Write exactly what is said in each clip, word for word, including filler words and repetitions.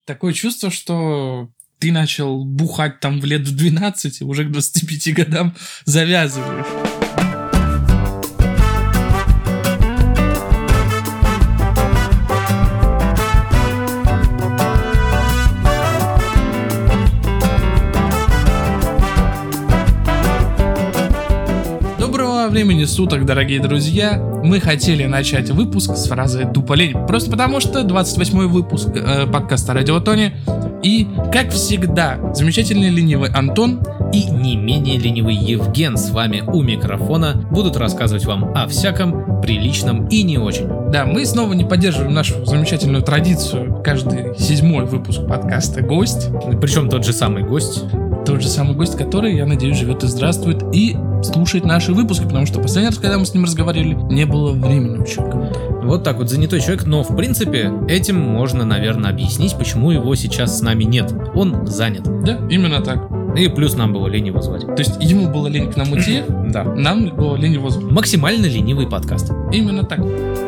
Такое чувство, что ты начал бухать там в лет в двенадцать, и уже к двадцати пяти годам завязываешь. Времени суток, дорогие друзья. Мы хотели начать выпуск с фразы «тупо лень». Просто потому, что двадцать восьмой выпуск э, подкаста «Радио Тони». И, как всегда, замечательный ленивый Антон и не менее ленивый Евген с вами у микрофона будут рассказывать вам о всяком приличном и не очень. Да, мы снова не поддерживаем нашу замечательную традицию. Каждый седьмой выпуск подкаста «Гость». Причем тот же самый гость. Тот же самый гость, который, я надеюсь, живет и здравствует и слушает наши выпуски, потому что последний раз, когда мы с ним разговаривали, не было времени у человека. Вот так вот, занятой человек, но в принципе этим можно, наверное, объяснить, почему его сейчас с нами нет. Он занят. Да, именно так. И плюс нам было лень его звать. То есть ему было лень к нам идти, да. Нам было лень его звать. Максимально ленивый подкаст. Именно так.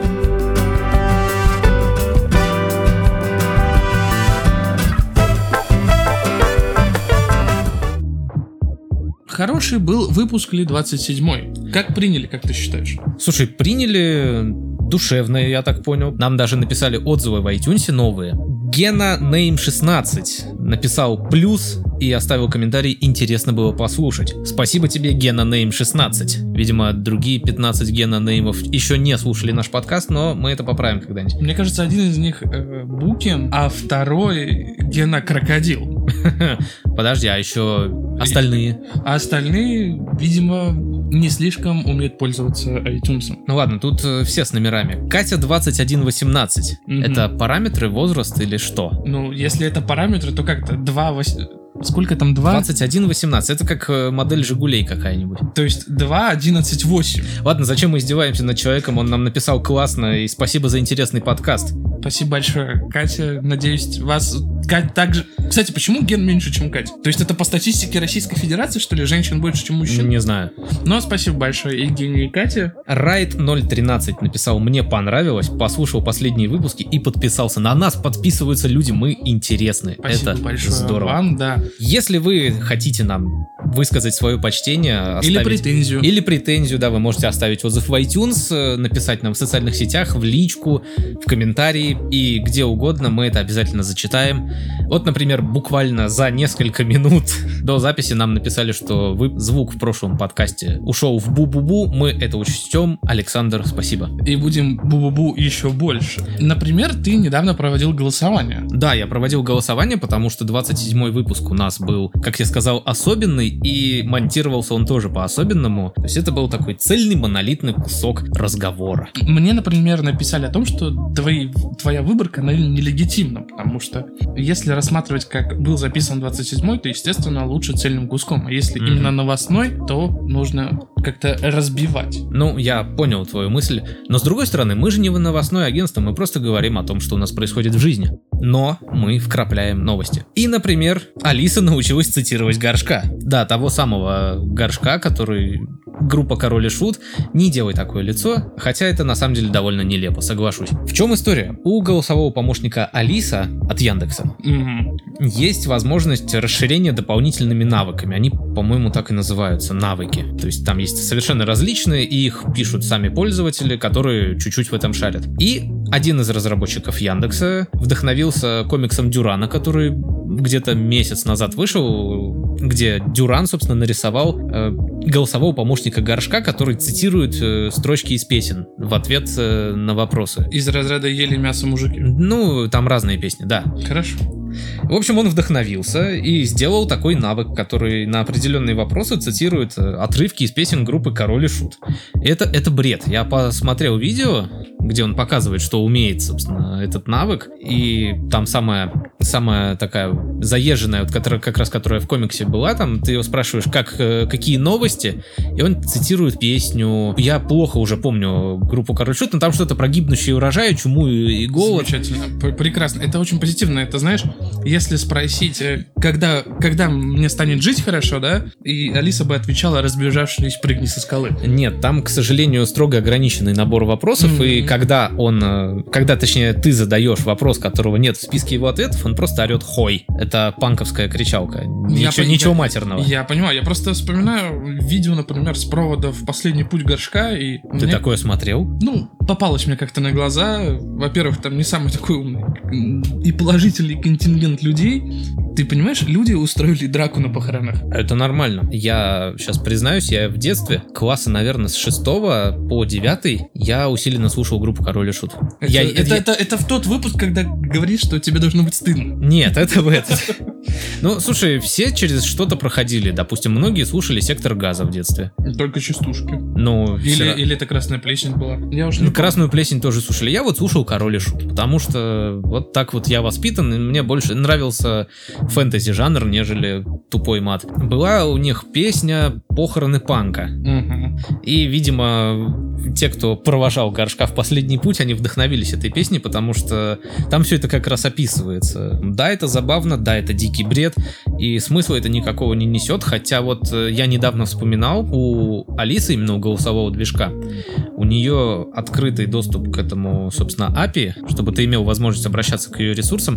Хороший был выпуск ли двадцать седьмой? Как приняли, как ты считаешь? Слушай, приняли душевно, я так понял. Нам даже написали отзывы в iTunes новые. Гена Нейм шестнадцать написал плюс и оставил комментарий «Интересно было послушать». Спасибо тебе, Гена Нейм шестнадцать. Видимо, другие пятнадцать Гена Неймов еще не слушали наш подкаст, но мы это поправим когда-нибудь. Мне кажется, один из них э, Букин, а второй Гена Крокодил. Подожди, а еще остальные? А остальные, видимо, не слишком умеют пользоваться iTunes. Ну ладно, тут все с номерами. Катя двадцать один восемнадцать. Mm-hmm. Это параметры, возраст или что? Ну, если это параметры, то как-то два... Сколько там? два? двадцать один восемнадцать. Это как модель Жигулей какая-нибудь. То есть два одиннадцать восемь. Ладно, зачем мы издеваемся над человеком? Он нам написал классно, и спасибо за интересный подкаст. Спасибо большое, Катя. Надеюсь, вас... Катя также... Кстати, почему Ген меньше, чем Катя? То есть это по статистике Российской Федерации, что ли, женщин больше, чем мужчин? Не знаю. Но спасибо большое и Евгению, и Кате. Райт ноль тринадцать написал: мне понравилось, послушал последние выпуски и подписался. На нас подписываются люди, мы интересны. Спасибо это большое здорово. Вам, да. Если вы хотите нам высказать свое почтение, оставить... Или претензию. Или претензию, да, вы можете оставить отзыв в iTunes, написать нам в социальных сетях, в личку, в комментарии и где угодно, мы это обязательно зачитаем. Вот, например, буквально за несколько минут до записи нам написали, что вы... звук в прошлом подкасте ушел в бу-бу-бу, мы это учтем. Александр, спасибо. И будем бу-бу-бу еще больше. Например, ты недавно проводил голосование. Да, я проводил голосование, потому что двадцать седьмой выпуск у нас был, как я сказал, особенный, и монтировался он тоже по-особенному. То есть это был такой цельный монолитный кусок разговора. Мне, например, написали о том, что твои, твоя выборка, наверное, нелегитимна, потому что если рассматривать, как был записан двадцать седьмой, то, естественно, лучше цельным куском. А если mm-hmm. именно новостной, то нужно как-то разбивать. Ну, я понял твою мысль. Но, с другой стороны, мы же не новостное агентство, мы просто говорим о том, что у нас происходит в жизни. Но мы вкрапляем новости. И, например, Алиса научилась цитировать Горшка. Да, того самого Горшка, который... Группа Король и Шут. Не делай такое лицо, хотя это на самом деле довольно нелепо, соглашусь. В чем история? У голосового помощника Алиса от Яндекса mm-hmm. есть возможность расширения дополнительными навыками. Они, по-моему, так и называются, навыки. То есть там есть совершенно различные, и их пишут сами пользователи, которые чуть-чуть в этом шарят. И один из разработчиков Яндекса вдохновился комиксом Дюрана, который где-то месяц назад вышел, где Дюран, собственно, нарисовал э, голосового помощника Горшка, который цитирует э, строчки из песен в ответ э, на вопросы. Из разряда «Ели мясо мужики». Ну, там разные песни, да. Хорошо. В общем, он вдохновился и сделал такой навык, который на определенные вопросы цитирует отрывки из песен группы Король и Шут. Это, это бред. Я посмотрел видео, где он показывает, что умеет, собственно, этот навык. И там самая, самая такая заезженная, вот, которая, как раз которая в комиксе была, там ты его спрашиваешь, как, какие новости, и он цитирует песню. Я плохо уже помню группу Король и Шут, но там что-то про гибнущий урожай, чуму и голод. Замечательно. Прекрасно. Это очень позитивно. Это, знаешь, если спросить, э, когда, когда мне станет жить хорошо, да, и Алиса бы отвечала, разбежавшись, прыгни со скалы. Нет, там, к сожалению, строго ограниченный набор вопросов, mm-hmm. и когда он, э, когда, точнее, ты задаешь вопрос, которого нет в списке его ответов, он просто орет «хой». Это панковская кричалка. Ничего, пон... ничего матерного. Я понимаю, я просто вспоминаю видео, например, с провода в «Последний путь горшка», и... Ты мне... такое смотрел? Ну, попалось мне как-то на глаза. Во-первых, там не самый такой умный и положительный контингент людей. Ты понимаешь, люди устроили драку на похоронах. Это нормально. Я сейчас признаюсь, я в детстве, класса, наверное, с шестого по девятый, я усиленно слушал группу «Король и Шут». Это, я, это, я... это, это в тот выпуск, когда говоришь, что тебе должно быть стыдно. Нет, это в этот. Ну, слушай, все через что-то проходили. Допустим, многие слушали «Сектор газа» в детстве. Только частушки. Ну, или, все... или это «Красная плесень» была. Я уж не Красную плесень тоже слушали. Я вот слушал «Король и Шут», потому что вот так вот я воспитан, и мне больше нравился фэнтези-жанр, нежели тупой мат. Была у них песня «Похороны панка». Угу. И, видимо, те, кто провожал Горшка в последний путь, они вдохновились этой песней, потому что там все это как раз описывается. Да, это забавно, да, это дикий бред, и смысла это никакого не несет, хотя вот я недавно вспоминал, у Алисы, именно у голосового движка, у нее открытый доступ к этому, собственно, эй пи ай, чтобы ты имел возможность обращаться к ее ресурсам,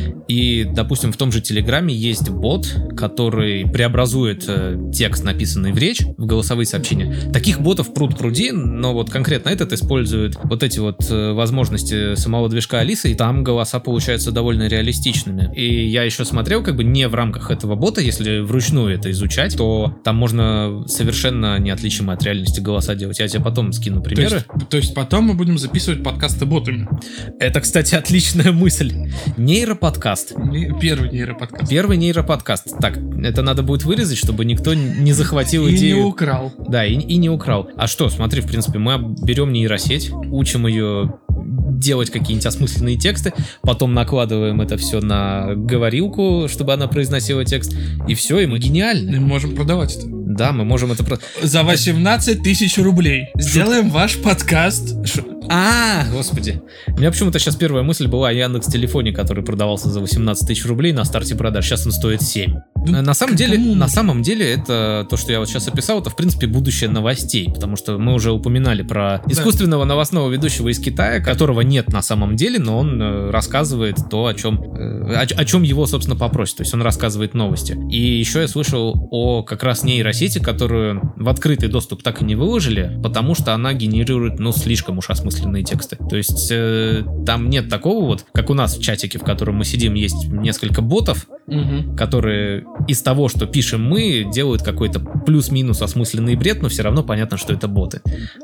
и, допустим, в том же Телеграме есть бот, который преобразует текст, написанный в речь, в голосовые сообщения. Таких ботов пруд пруди, но вот конкретно этот использует вот эти вот возможности самого движка Алисы, и там голоса получаются довольно реалистичными. И я еще смотрел, как бы не в рамках этого бота, если вручную это изучать, то там можно совершенно неотличимые от реальности голоса делать. Я тебе потом скину примеры. То есть, то есть потом мы будем записывать подкасты ботами? Это, кстати, отличная мысль. Нейроподкаст. Не, первый нейроподкаст. Первый нейроподкаст. Так, это надо будет вырезать, чтобы никто не захватил и идею. И не украл. Да, и, и не украл. А что, смотри, в принципе, мы берем нейросеть, учим ее делать какие-нибудь осмысленные тексты, потом накладываем это все на говорилку, чтобы она произносила текст, и все, и мы гениальны. Мы можем продавать это. Да, мы можем это... Про... За восемнадцать тысяч рублей сделаем Шут... ваш подкаст. Ш... А, господи. У меня почему-то сейчас первая мысль была о Яндекс.Телефоне, который продавался за восемнадцать тысяч рублей на старте продаж. Сейчас он стоит семь. Ну, на самом деле, на самом деле, это то, что я вот сейчас описал, это, в принципе, будущее новостей, потому что мы уже упоминали про искусственного новостного ведущего из Китая, которого нет на самом деле, но он э, рассказывает то, о чем, э, о, о чем его, собственно, попросят. То есть он рассказывает новости. И еще я слышал о как раз нейросети, которую в открытый доступ так и не выложили, потому что она генерирует, ну, слишком уж осмысленные тексты. То есть э, там нет такого вот, как у нас в чатике, в котором мы сидим, есть несколько ботов, угу. которые из того, что пишем мы, делают какой-то плюс-минус осмысленный бред, но все равно понятно, что это боты.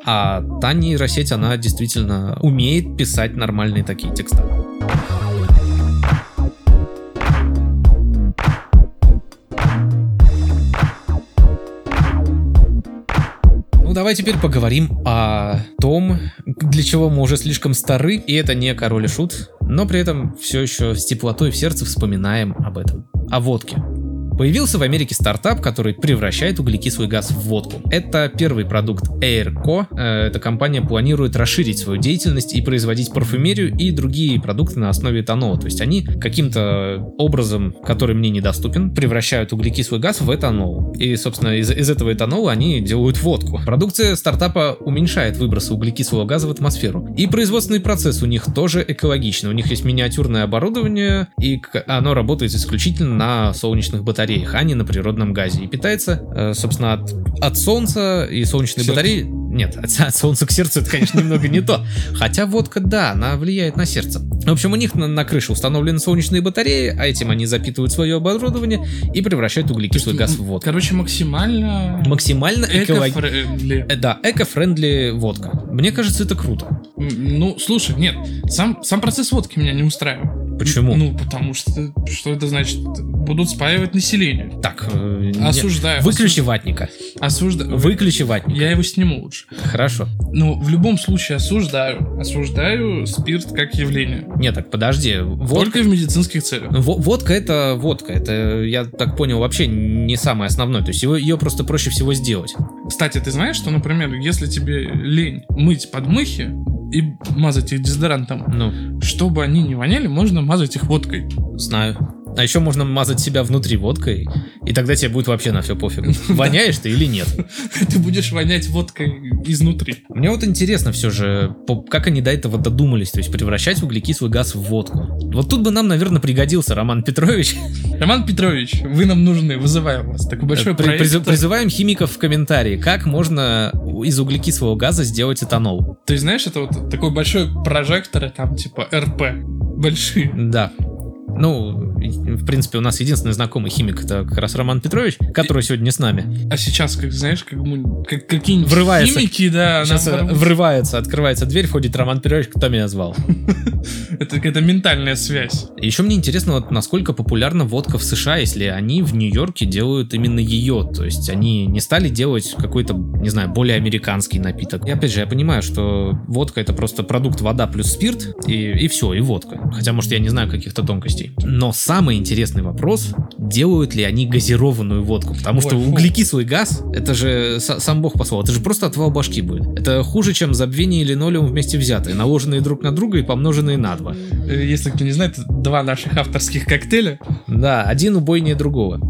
А та нейросеть, она действительно умеет писать нормальные такие текста. Ну, давай теперь поговорим о том, для чего мы уже слишком стары, и это не Король и Шут, но при этом все еще с теплотой в сердце вспоминаем об этом. О водке. Появился в Америке стартап, который превращает углекислый газ в водку. Это первый продукт Airco. Эта компания планирует расширить свою деятельность и производить парфюмерию и другие продукты на основе этанола. То есть они каким-то образом, который мне недоступен, превращают углекислый газ в этанол. И, собственно, из, из этого этанола они делают водку. Продукция стартапа уменьшает выбросы углекислого газа в атмосферу. И производственный процесс у них тоже экологичный. У них есть миниатюрное оборудование, и оно работает исключительно на солнечных батареях, а не на природном газе. И питается, собственно, от, от солнца и солнечной сердце. батареи. Нет, от, от солнца к сердцу это, конечно, немного не то. Хотя водка, да, она влияет на сердце. В общем, у них на, на крыше установлены солнечные батареи, а этим они запитывают свое оборудование и превращают углекислый газ в водку. Короче, максимально... Максимально эко-френдли. Эко... Да, эко-френдли водка. Мне кажется, это круто. Ну, слушай, нет, сам, сам процесс водки меня не устраивает. Почему? Ну, потому что, что это значит? Будут спаивать население. Так, э, осуждаю. Выключи осуж... ватника. Осуждаю. Выключи ватник. Я его сниму лучше. Хорошо. Ну, в любом случае осуждаю. Осуждаю спирт как явление. Нет, так подожди. Водка... Только в медицинских целях. В- водка это водка. Это, я так понял, вообще не самое основное. То есть его, ее просто проще всего сделать. Кстати, ты знаешь, что, например, если тебе лень мыть подмыхи и мазать их дезодорантом, ну, чтобы они не воняли, можно мазать их водкой. Знаю. А еще можно мазать себя внутри водкой, и тогда тебе будет вообще на все пофигу. Воняешь ты или нет? Ты будешь вонять водкой изнутри. Мне вот интересно все же, как они до этого додумались, то есть превращать углекислый газ в водку. Вот тут бы нам, наверное, пригодился Роман Петрович. Роман Петрович, вы нам нужны, вызываем вас. Такой большой При, проект. Приз, призываем химиков в комментарии, как можно из углекислого газа сделать этанол. То есть, знаешь, это вот такой большой прожектор, там типа эр пэ, большие. Да. Ну, в принципе, у нас единственный знакомый химик — это как раз Роман Петрович, который сегодня с нами. А сейчас, как знаешь, как, мы, как какие-нибудь Врывается. химики, да, Сейчас нам врывается, открывается дверь, входит Роман Петрович, кто меня звал. Это какая-то ментальная связь. Еще мне интересно, вот насколько популярна водка в США, если они в Нью-Йорке делают именно ее. То есть они не стали делать какой-то, не знаю, более американский напиток. И опять же, я понимаю, что водка — это просто продукт вода плюс спирт, и, и все, и водка. Хотя, может, я не знаю каких-то тонкостей. Но самый интересный вопрос, делают ли они газированную водку? Потому что Ой, углекислый газ, это же сам бог послал, это же просто отвал башки будет. Это хуже, чем забвение и линолеум вместе взятые, наложенные друг на друга и помноженные на два. Если кто не знает, это два наших авторских коктейля. Да, один убойнее другого.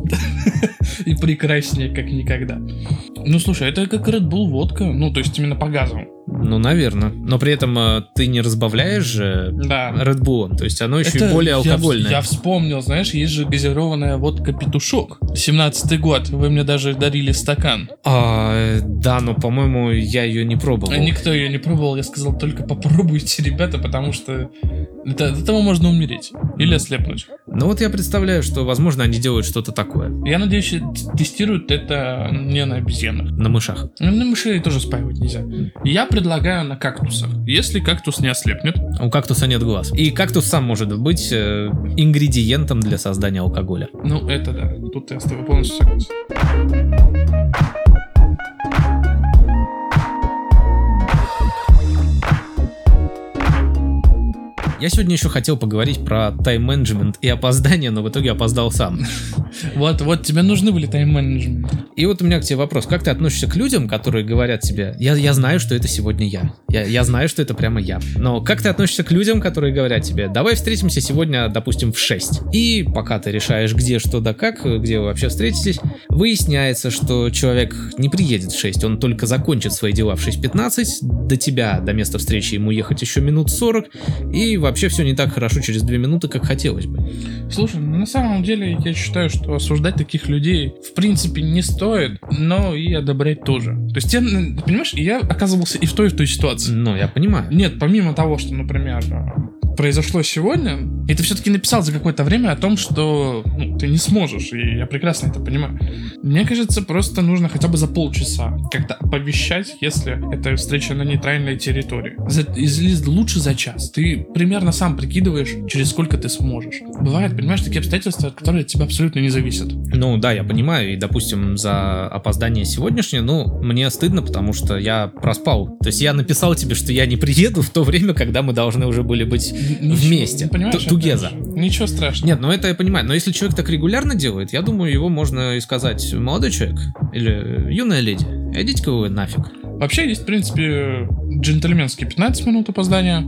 И прекраснее, как никогда. Ну, слушай, это как Red Bull водка, ну, то есть именно по газу. Ну, наверное. Но при этом э, ты не разбавляешь же Да. Red Bull, то есть оно еще Это и более я- алкогольное. Я, вспомнил, знаешь, есть же газированная водка «Петушок». семнадцатый год, вы мне даже дарили стакан. А, да, но, по-моему, я ее не пробовал. А никто ее не пробовал, я сказал, только попробуйте, ребята, потому что это, от этого можно умереть или ослепнуть. Ну вот я представляю, что, возможно, они делают что-то такое. Я надеюсь, т- тестируют это не на обезьянах. На мышах. Ну, на мышей тоже спаивать нельзя. Я предлагаю на кактусах. Если кактус не ослепнет, У кактуса нет глаз. И кактус сам может быть э, ингредиентом для создания алкоголя. ну это да, тут я с тобой полностью согласен. Я сегодня еще хотел поговорить про тайм-менеджмент и опоздание, но в итоге опоздал сам. Вот, вот тебе нужны были тайм-менеджмент. И вот у меня к тебе вопрос. Как ты относишься к людям, которые говорят тебе: я, я знаю, что это сегодня я. я. Я знаю, что это прямо я. Но как ты относишься к людям, которые говорят тебе: давай встретимся сегодня, допустим, в шесть. И пока ты решаешь, где, что да как, где вы вообще встретитесь, выясняется, что человек не приедет в шесть, он только закончит свои дела в шесть пятнадцать, до тебя, до места встречи ему ехать еще минут сорок, и вообще все не так хорошо через две минуты, как хотелось бы. Слушай, ну на самом деле я считаю, что осуждать таких людей в принципе не стоит, но и одобрять тоже. То есть я, м, понимаешь, я оказывался и в той, и в той ситуации. Ну, я понимаю. Нет, помимо того, что, например, произошло сегодня, и ты все-таки написал за какое-то время о том, что ну, ты не сможешь, и я прекрасно это понимаю. Мне кажется, просто нужно хотя бы за полчаса как-то оповещать, если это встреча на нейтральной территории. За, или лучше за час. Ты примерно сам прикидываешь, через сколько ты сможешь. Бывают, понимаешь, такие обстоятельства, которые от тебя абсолютно не зависят. Ну да, я понимаю, и, допустим, за опоздание сегодняшнее, ну, мне стыдно, потому что я проспал. То есть я написал тебе, что я не приеду в то время, когда мы должны уже были быть Ничего, вместе. ну, понимаешь, Т- together. опять же, ничего страшного. Нет, ну это я понимаю, но если человек так регулярно делает, я думаю, его можно и сказать: молодой человек или юная леди, идите-ка вы нафиг. Вообще есть, в принципе, джентльменские пятнадцать минут опоздания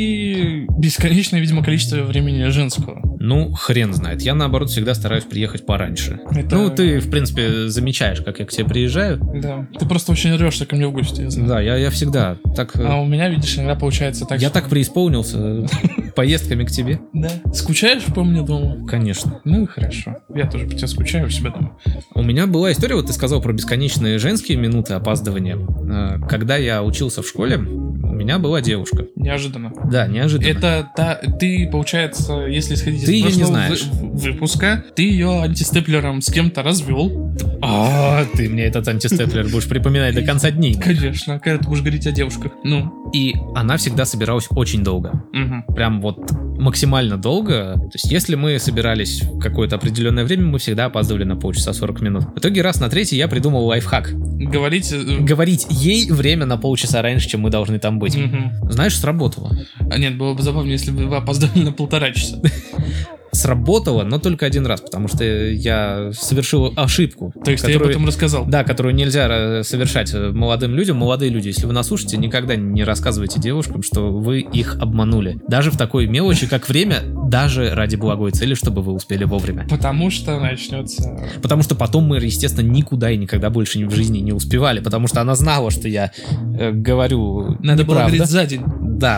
и бесконечное, видимо, количество времени женского. Ну, хрен знает. Я, наоборот, всегда стараюсь приехать пораньше. Это- Ну, ты, в принципе, замечаешь, как я к тебе приезжаю. Да. Ты просто очень рвешься ко мне в гости, я знаю. Да, я, я всегда так... э, А у меня, видишь, иногда получается так, я что- так преисполнился поездками к тебе. Да. Скучаешь по мне дома? Конечно. Ну и хорошо. Я тоже по тебе скучаю у себя дома. У меня была история, вот ты сказал про бесконечные женские минуты опаздывания. Э, Когда я учился в школе, у меня была девушка. Неожиданно. Да, неожиданно. Это та, ты, получается, если исходить Ты из её не прошлого знаешь. вы- выпуска, ты ее антистеплером с кем-то развел. А, ты мне этот антистеплер будешь припоминать до конца дней. Конечно, когда ты будешь говорить о девушках. Ну. И она всегда собиралась очень долго. Угу. Прям вот максимально долго. То есть, если мы собирались в какое-то определенное время, мы всегда опаздывали на полчаса сорок минут. В итоге раз на третий я придумал лайфхак. Говорить... э, Говорить ей время на полчаса раньше, чем мы должны там быть. мгм. Знаешь, сработало. А нет, было бы забавнее, если бы вы опоздали на полтора часа. сработало, но только один раз, потому что я совершил ошибку. То есть которую, ты об этом рассказал? Да, которую нельзя совершать молодым людям. Молодые люди, если вы нас слушаете, никогда не рассказывайте девушкам, что вы их обманули. Даже в такой мелочи, как время, даже ради благой цели, чтобы вы успели вовремя. Потому что начнется... Потому что потом мы, естественно, никуда и никогда больше в жизни не успевали, потому что она знала, что я э, говорю Надо неправда. было говорить за день. Да.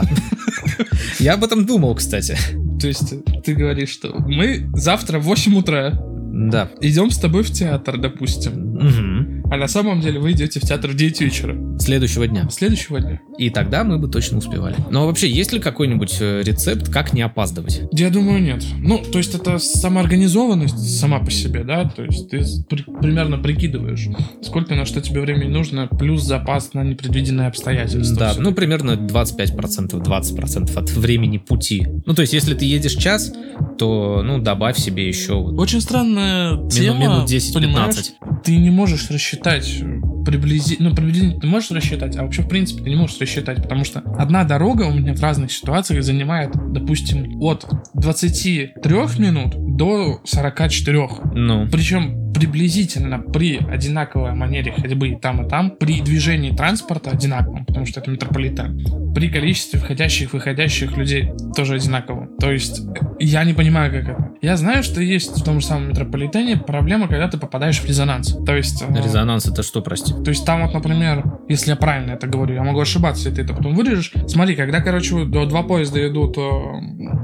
Я об этом думал, кстати. То есть ты говоришь, что мы завтра в восемь утра Да. идем с тобой в театр, допустим. Угу. А на самом деле вы идете в театр в девять вечера. Следующего дня. Следующего дня. И тогда мы бы точно успевали. Но вообще, есть ли какой-нибудь э, рецепт, как не опаздывать? Я думаю, нет. Ну, то есть это самоорганизованность сама по себе, да? То есть ты при- примерно прикидываешь, сколько на что тебе времени нужно, плюс запас на непредвиденные обстоятельства. Да, Всё. ну примерно двадцать пять процентов, двадцать процентов от времени пути. Ну, то есть, если ты едешь час, то, ну, добавь себе еще вот Очень странная тема, минут десять-пятнадцать. понимаешь? Ты не можешь рассчитать приблизительно, ну, приблизительно ты можешь рассчитать, а вообще, в принципе, ты не можешь рассчитать, потому что одна дорога у меня в разных ситуациях занимает, допустим, от двадцати трёх минут до сорока четырёх. Ну, Причем приблизительно при одинаковой манере ходьбы и там, и там, при движении транспорта одинаковом, потому что это метрополитен, при количестве входящих и выходящих людей тоже одинаково. То есть я не понимаю, как это. Я знаю, что есть в том же самом метрополитене проблема, когда ты попадаешь в резонанс. То есть... э, резонанс это что, прости? То есть там вот, например, если я правильно это говорю, я могу ошибаться, если ты это потом вырежешь. Смотри, когда, короче, до два поезда идут, э,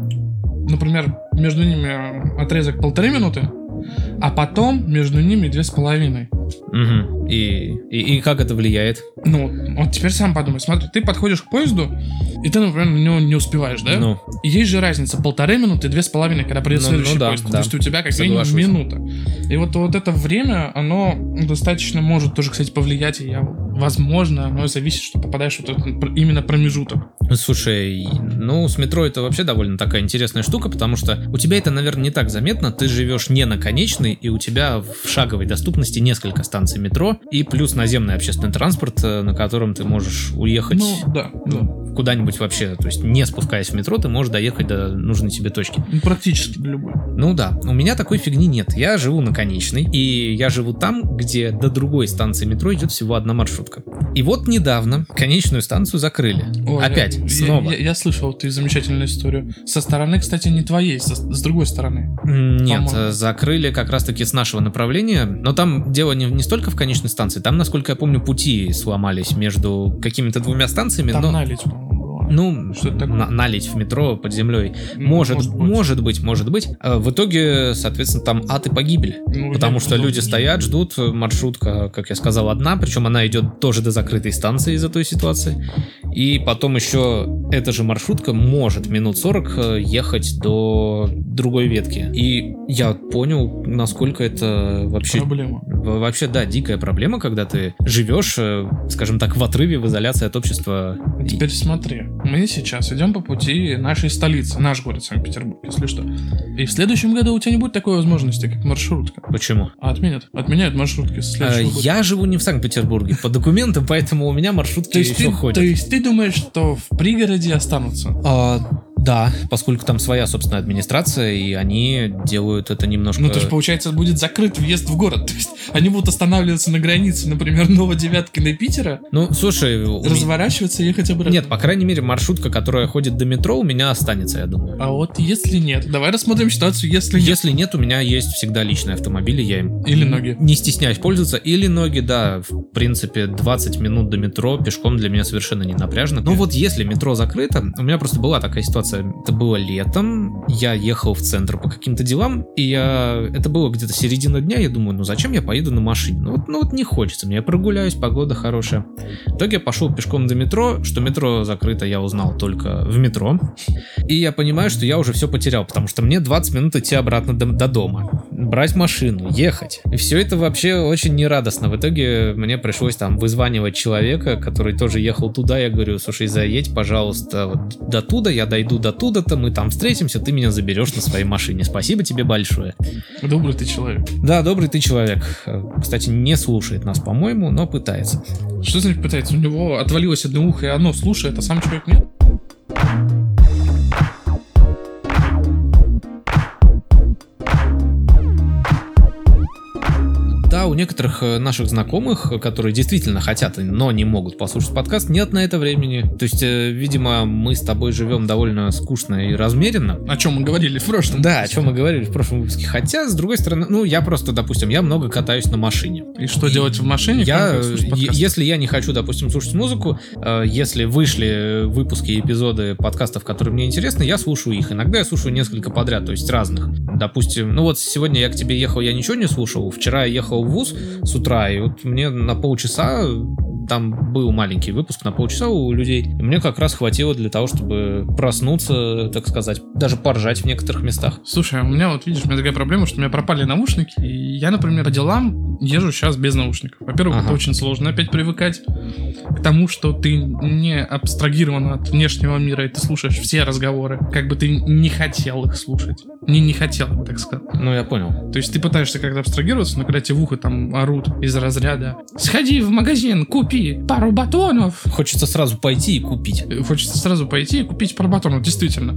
например, между ними отрезок полторы минуты, а потом между ними две с половиной. Угу. И, и, и как это влияет? Ну, вот теперь сам подумай. Смотри, ты подходишь к поезду, и ты, например, на него не успеваешь, да? Ну, И есть же разница полторы минуты и две с половиной, когда придет Ну, следующий ну да, поезд. да. То есть у тебя как Соглашусь. минимум минута. И вот, вот это время, оно достаточно может тоже, кстати, повлиять. И я, возможно, оно зависит, что попадаешь в вот этот пр- именно промежуток. слушай, ну, с метро это вообще довольно такая интересная штука, потому что у тебя это, наверное, не так заметно. Ты живешь не на конечной, и у тебя в шаговой доступности несколько станций метро, и плюс наземный общественный транспорт, э, на котором ты можешь уехать Ну, да, да. куда-нибудь вообще, то есть не спускаясь в метро, ты можешь доехать до нужной тебе точки. Ну, практически до любой. Ну да, у меня такой фигни нет. Я живу на конечной, и я живу там, где до другой станции метро идет всего одна маршрутка. И вот недавно конечную станцию закрыли. Ой, Опять, я, снова. Я, я, я слышал ты замечательную историю. Со стороны, кстати, не твоей, со- с другой стороны. Нет, по-моему. э, закрыли как раз-таки с нашего направления, но там дело не, не столько в конечной станции, там, насколько я помню, пути сломались между какими-то двумя станциями, Там но... налить, по-моему, было. Ну, Что это такое? на- налить в метро под землей. Ну, Может, может может быть. быть, может быть. А в итоге, соответственно, там ад и погибель. Ну, Потому я что не люди знаю. стоят, ждут, маршрутка, как я сказал, одна, причем она идет тоже до закрытой станции из-за той ситуации. И потом еще эта же маршрутка может минут сорок э, ехать до другой ветки. И я понял, насколько это вообще... Проблема. в- Вообще, да, дикая проблема, когда ты живешь, э, скажем так, в отрыве, в изоляции от общества. А теперь смотри, мы сейчас идем по пути нашей столицы, наш город Санкт-Петербург, если что. И в следующем году у тебя не будет такой возможности, как маршрутка. Почему? А отменят? Отменяют маршрутки с Э, следующего года. Я живу не в Санкт-Петербурге по документам, поэтому у меня маршрутки То есть, еще ты, ходят. то есть ты думаешь, что в пригороде останутся? А, да, поскольку там своя собственная администрация, и они делают это немножко... Ну, то есть, получается, будет закрыт въезд в город. То есть, они будут останавливаться на границе, например, Новодевяткина и Питера, Ну, слушай, у меня- разворачиваться и ехать обратно. нет, по крайней мере, маршрутка, которая ходит до метро, у меня останется, я думаю. А вот если нет, давай рассмотрим ситуацию, если нет. Если нет, у меня есть всегда личный автомобиль, и я им Или ноги. не стесняюсь пользоваться. Или ноги, да, в принципе, двадцать минут до метро пешком для меня совершенно не напряжно. Но вот если метро закрыто, у меня просто была такая ситуация, это было летом, я ехал в центр по каким-то делам, и я, это было где-то середина дня, я думаю, ну зачем я поеду на машине? Ну вот, ну вот не хочется, мне я прогуляюсь, погода хорошая. В итоге я пошел пешком до метро, что метро закрыто, я узнал только в метро. И я понимаю, что я уже все потерял, потому что мне двадцать минут идти обратно до, до дома, брать машину, ехать. И все это вообще очень нерадостно. В итоге мне пришлось там вызванивать человека, который тоже ехал туда. Я говорю, слушай, заедь, пожалуйста, вот до туда, я дойду до туда-то, мы там встретимся, ты меня заберешь на своей машине. Спасибо тебе большое. Добрый ты человек. Да, добрый ты человек. Кстати, не слушает нас, по-моему, но пытается. Что значит пытается? У него отвалилось одно ухо, и оно слушает, а сам человек нет? да, у некоторых наших знакомых, которые действительно хотят, но не могут послушать подкаст, нет на это времени. То есть, видимо, мы с тобой живем довольно скучно и размеренно. О чем мы говорили в прошлом. Да, о чем мы говорили в прошлом выпуске. Хотя, с другой стороны, ну, я просто, допустим, я много катаюсь на машине. И что и делать в машине? Я, если я не хочу, допустим, слушать музыку, если вышли выпуски и эпизоды подкастов, которые мне интересны, я слушаю их. Иногда я слушаю несколько подряд, то есть разных. Допустим, ну вот сегодня я к тебе ехал, я ничего не слушал. Вчера я ехал в вуз с утра, и вот мне на полчаса, там был маленький выпуск на полчаса у людей, и мне как раз хватило для того, чтобы проснуться, так сказать, даже поржать в некоторых местах. Слушай, у меня вот, видишь, у меня такая проблема, что у меня пропали наушники, и я, например, по делам езжу сейчас без наушников. Во-первых, ага. это очень сложно опять привыкать к тому, что ты не абстрагирован от внешнего мира, и ты слушаешь все разговоры, как бы ты не хотел их слушать. Не не хотел, так сказать. Ну, я понял. То есть ты пытаешься как-то абстрагироваться, но когда тебе в ухо там орут из разряда «Сходи в магазин, купи пару батонов». Хочется сразу пойти и купить. Хочется сразу пойти и купить пару батонов, действительно.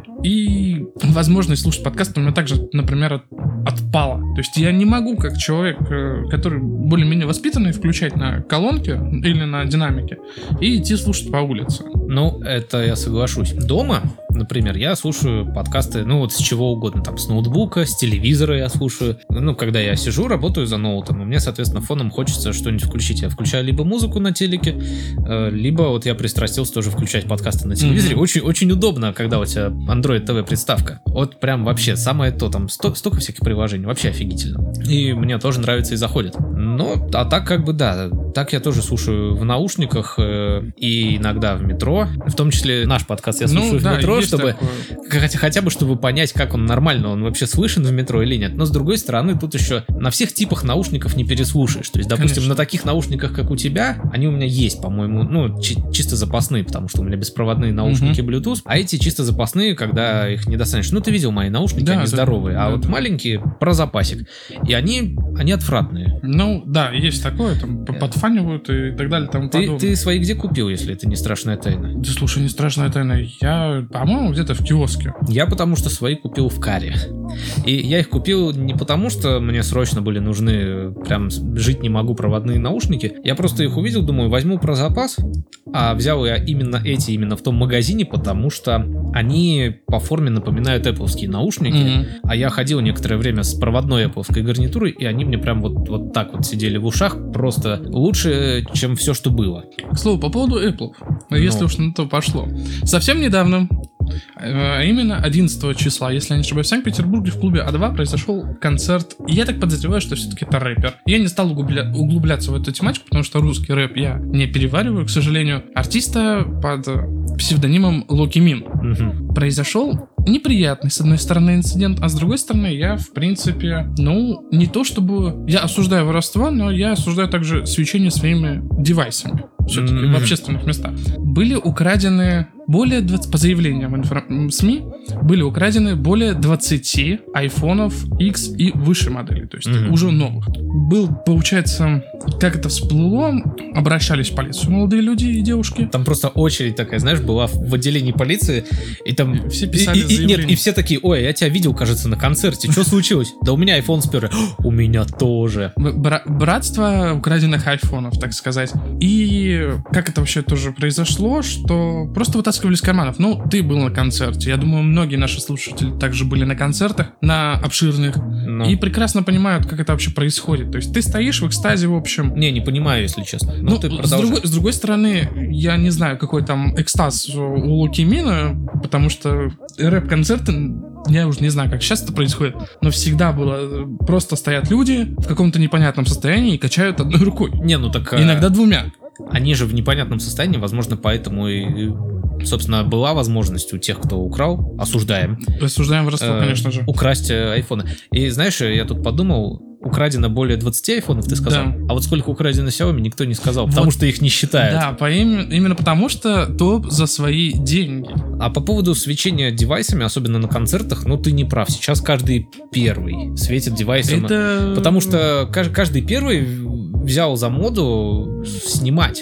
И возможность слушать подкаст у меня также, например, от, отпала. То есть я не могу, как человек, который более-менее воспитанный, включать на колонке или на динамике и идти слушать по улице. Ну, это я соглашусь. Дома, например, я слушаю подкасты, ну вот с чего угодно, там, с ноутбука, с телевизора я слушаю. Ну, когда я сижу, работаю за ноутом, и мне, соответственно, фоном хочется что-нибудь включить. Я включаю либо музыку на телеке, либо вот я пристрастился тоже включать подкасты на телевизоре. Mm-hmm. Очень, очень удобно, когда у тебя Android ти ви приставка. Вот прям вообще самое то, там сто, столько всяких приложений, вообще офигительно. И мне тоже нравится и заходит. Но, а так как бы да, так я тоже слушаю в наушниках э, и иногда в метро. В том числе наш подкаст я слушаю ну, в да, метро, чтобы хотя, хотя бы чтобы понять, как он нормально, он вообще слышен в метро или нет. Но с другой стороны, тут еще на всех типах наушников не переслушаешь. То есть, допустим, Конечно. на таких наушниках, как у тебя, они у меня есть, по-моему, ну, чи- чисто запасные, потому что у меня беспроводные наушники uh-huh. Bluetooth, а эти чисто запасные, когда их не достанешь. Ну, ты видел мои наушники, да, они да, здоровые, да, а да, вот да. маленькие про запасик. И они, они отвратные. Ну, да, есть такое, там, подфанивают и так далее, тому ты, подобное. Ты свои где купил, если это не страшная тайна? Да, слушай, не страшная тайна. Я, по-моему, где-то в киоске. Я потому что свои купил в Каре. И я их купил не потому, что мне срочно были нужны, прям жить не могу, проводные наушники. Я просто их увидел, думаю, возьму про запас. А взял я именно эти, именно в том магазине, потому что они по форме напоминают Apple'ские наушники. Mm-hmm. А я ходил некоторое время с проводной Apple'ской гарнитурой, и они мне прям вот, вот так вот сидели в ушах. Просто лучше, чем все, что было. К слову, по поводу Apple. Но... Если уж на то пошло. Совсем недавно, а именно одиннадцатого числа, если я не ошибаюсь, в Санкт-Петербурге в клубе А два произошел концерт. И я так подозреваю, что все-таки это рэпер. Я не стал углубля... углубляться в эту тематику, потому что русский рэп я не перевариваю, к сожалению. Артиста под псевдонимом Локи Мин. Угу. Произошел неприятный, с одной стороны, инцидент, а с другой стороны, я, в принципе, ну, не то чтобы... Я осуждаю воровство, но я осуждаю также свечение своими девайсами. Все-таки mm-hmm. в общественных местах. Были украдены более двадцати, по заявлениям инфра... СМИ, были украдены более двадцати айфонов X и выше моделей, то есть mm-hmm. уже новых. Был, получается, как это всплыло, обращались в полицию молодые люди и девушки. Там просто очередь такая, знаешь, была в отделении полиции, и там... Все писали и, и, Нет, и все такие, ой, я тебя видел, кажется, на концерте, что случилось? Да у меня iPhone сперли. У меня тоже. Бра- братство украденных айфонов, так сказать. И как это вообще тоже произошло, что просто вытаскивали из карманов. Ну, ты был на концерте. Я думаю, многие наши слушатели также были на концертах, на обширных, ну. и прекрасно понимают, как это вообще происходит. То есть ты стоишь в экстазе, в общем... Не, не понимаю, если честно. Ну, ты с, другой, с другой стороны, я не знаю, какой там экстаз у Локи Мина, потому что рэп-концерты, я уже не знаю, как сейчас это происходит, но всегда было, просто стоят люди в каком-то непонятном состоянии и качают одной рукой. Не, ну так... Иногда двумя. Они же в непонятном состоянии, возможно, поэтому и, собственно, была возможность у тех, кто украл, осуждаем. Осуждаем воровство, э, конечно же. Украсть айфоны. И знаешь, я тут подумал, украдено более двадцати айфонов, ты сказал? Да. А вот сколько украдено Xiaomi, никто не сказал, потому вот, что их не считают. Да, по им, именно потому что топ за свои деньги. А по поводу свечения девайсами, особенно на концертах, ну ты не прав. Сейчас каждый первый светит девайсом. Это... Потому что каждый первый взял за моду снимать.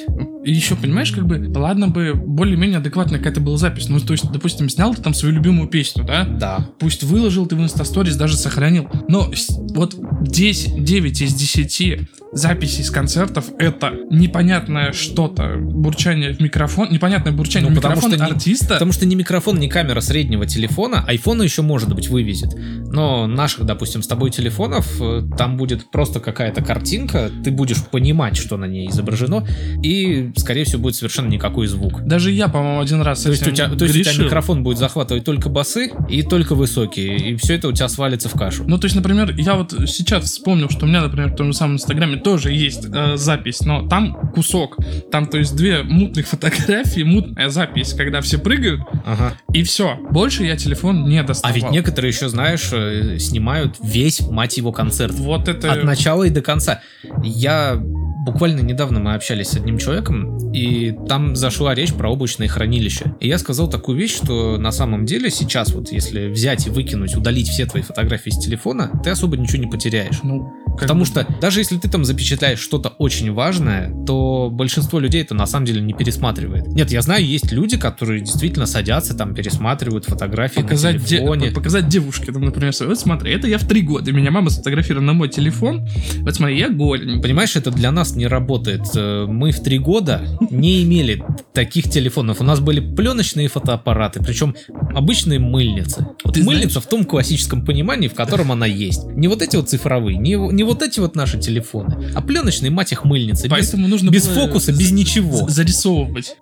И еще, понимаешь, как бы, ладно бы более-менее адекватная какая-то была запись. Ну, то есть, допустим, снял ты там свою любимую песню, да? Да. Пусть выложил ты в Инстасторис, даже сохранил. Но вот десять, девять из десяти записей с концертов — это непонятное что-то, бурчание в микрофон, непонятное бурчание Ну, в потому микрофон что не- артиста. Потому что ни микрофон, ни камера среднего телефона, айфона еще, может быть, вывезет. Но наших, допустим, с тобой телефонов, э, там будет просто какая-то картинка, ты будешь понимать, что на ней изображено, и, скорее всего, будет совершенно никакой звук. Даже я, по-моему, один раз То есть, у этим тебя, то есть у тебя грешил. микрофон будет захватывать только басы и только высокие, и все это у тебя свалится в кашу. Ну, то есть, например, я вот сейчас вспомнил, что у меня, например, в том же самом Инстаграме тоже есть э, запись, но там кусок. Там, то есть, две мутных фотографии, мутная запись, когда все прыгают, Ага. и все. Больше я телефон не А доставал. ведь некоторые еще, знаешь, э, снимают весь, мать его, концерт. Вот это... От начала и до конца. Я буквально недавно мы общались с одним человеком, и там зашла речь про облачные хранилища. И я сказал такую вещь, что на самом деле сейчас вот если взять и выкинуть, удалить все твои фотографии с телефона, ты особо ничего не потеряешь. Ну, как Потому бы- что даже если ты там запечатляешь что-то очень важное, то большинство людей это на самом деле не пересматривает. Нет, я знаю, есть люди, которые действительно садятся, там пересматривают фотографии Показать, на де- телефоне. показать девушке, там, например, вот смотри, это я в три года, меня мама сфотографировала на мой телефон, вот смотри, я голень. Понимаешь, это для нас не работает. Э, Мы в три года не имели таких телефонов. У нас были пленочные фотоаппараты, причем обычные мыльницы. Вот Ты мыльница в том классическом понимании, в котором она есть. Не вот эти вот цифровые, не, не вот эти вот наши телефоны, а пленочные, мать их, мыльницы. Без, Поэтому нужно без было фокуса, без за- ничего. за- Зарисовывать.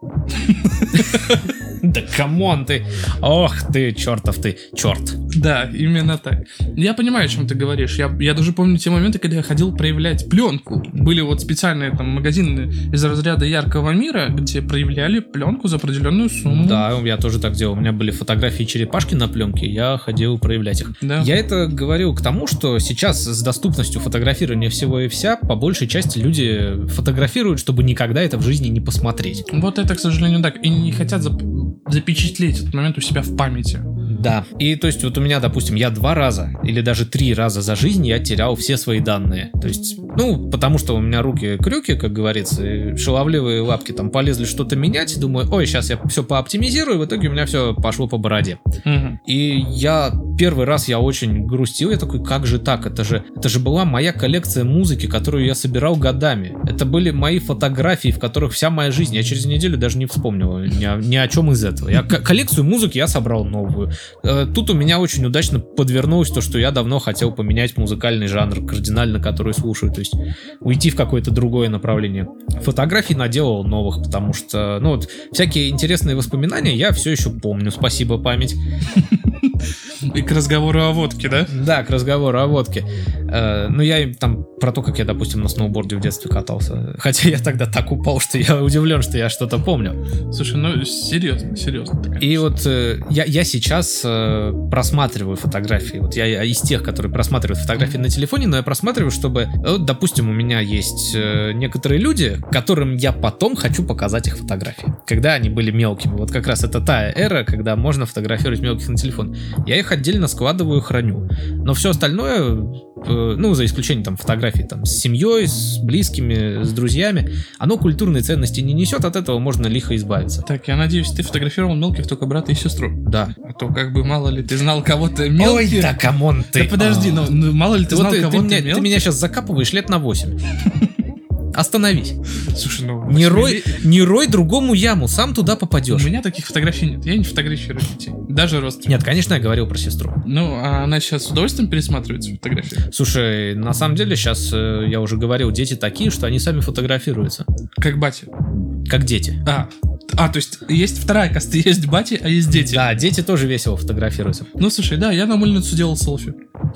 Да камон ты. Ох ты, чертов ты, черт. Да, именно так. Я понимаю, о чем ты говоришь. Я, я даже помню те моменты, когда я ходил проявлять пленку. Были вот специальные там магазины из разряда яркого мира, где проявляли пленку за определенную сумму. Да, я тоже так делал. У меня были фотографии черепашки на пленке, я ходил проявлять их. Да. Я это говорил к тому, что сейчас с доступностью фотографирования всего и вся, по большей части люди фотографируют, чтобы никогда это в жизни не посмотреть. Вот это, к сожалению, так. И не хотят зап- запечатлеть этот момент у себя в памяти. Да. И то есть вот у меня, допустим, я два раза или даже три раза за жизнь я терял все свои данные. То есть, ну, потому что у меня руки крюки, как говорится, и шаловливые лапки там полезли что-то менять, и думаю, ой, сейчас я все пооптимизирую, и в итоге у меня все пошло по бороде. Мгм. И я первый раз я очень грустил, я такой, как же так? Это же, это же была моя коллекция музыки, которую я собирал годами. Это были мои фотографии, в которых вся моя жизнь. Я через неделю даже не вспомнил ни о, ни о чем из этого. Я к- коллекцию музыки я собрал новую. Э, Тут у меня очень удачно подвернулось то, что я давно хотел поменять музыкальный жанр кардинально, который слушаю. То есть уйти в какое-то другое направление. Фотографий наделал новых, потому что, ну вот, всякие интересные воспоминания я все еще помню. Спасибо, память. И к разговору о водке, да? Да, к разговору о водке. Э, ну, я им там про то, как я, допустим, на сноуборде в детстве катался. Хотя я тогда так упал, что я удивлен, что я что-то помню. Слушай, ну серьезно, серьезно. такая. И вот э, я, я сейчас э, просматриваю фотографии. Вот я, я из тех, которые просматривают фотографии на телефоне, но я просматриваю, чтобы... Вот, допустим, у меня есть э, некоторые люди, которым я потом хочу показать их фотографии. Когда они были мелкими. Вот как раз это та эра, когда можно фотографировать мелких на телефон. Я их отдельно складываю, храню. Но все остальное, э, ну, за исключением там фотографий там, с семьей, с близкими, с друзьями, оно культурной ценности не несет, от этого можно лихо избавиться. Так, я надеюсь, ты фотографировал мелких только брата и сестру. Да. А то как бы мало ли ты знал кого-то мелких. Ой, да камон ты. Да подожди, А. ну, ну, мало ли ты Ты, знал вот ты, ты кого-то меня, ты мелких. меня сейчас закапываешь лет на восемь. Остановись. Слушай, ну... Не восьми рой, лет- не рой другому яму, сам туда У попадешь. меня таких фотографий нет. Я не фотографирую детей. Даже родственников. Нет, конечно, я говорил про сестру. Ну, а она сейчас с удовольствием пересматривает свои фотографии. Слушай, на самом деле сейчас, э, я уже говорил, дети такие, что они сами фотографируются. Как батя. Как дети. А, а, то есть есть вторая каста, есть батя, а есть дети. Да, дети тоже весело фотографируются. Ну, слушай, да, я на мыльницу делал селфи.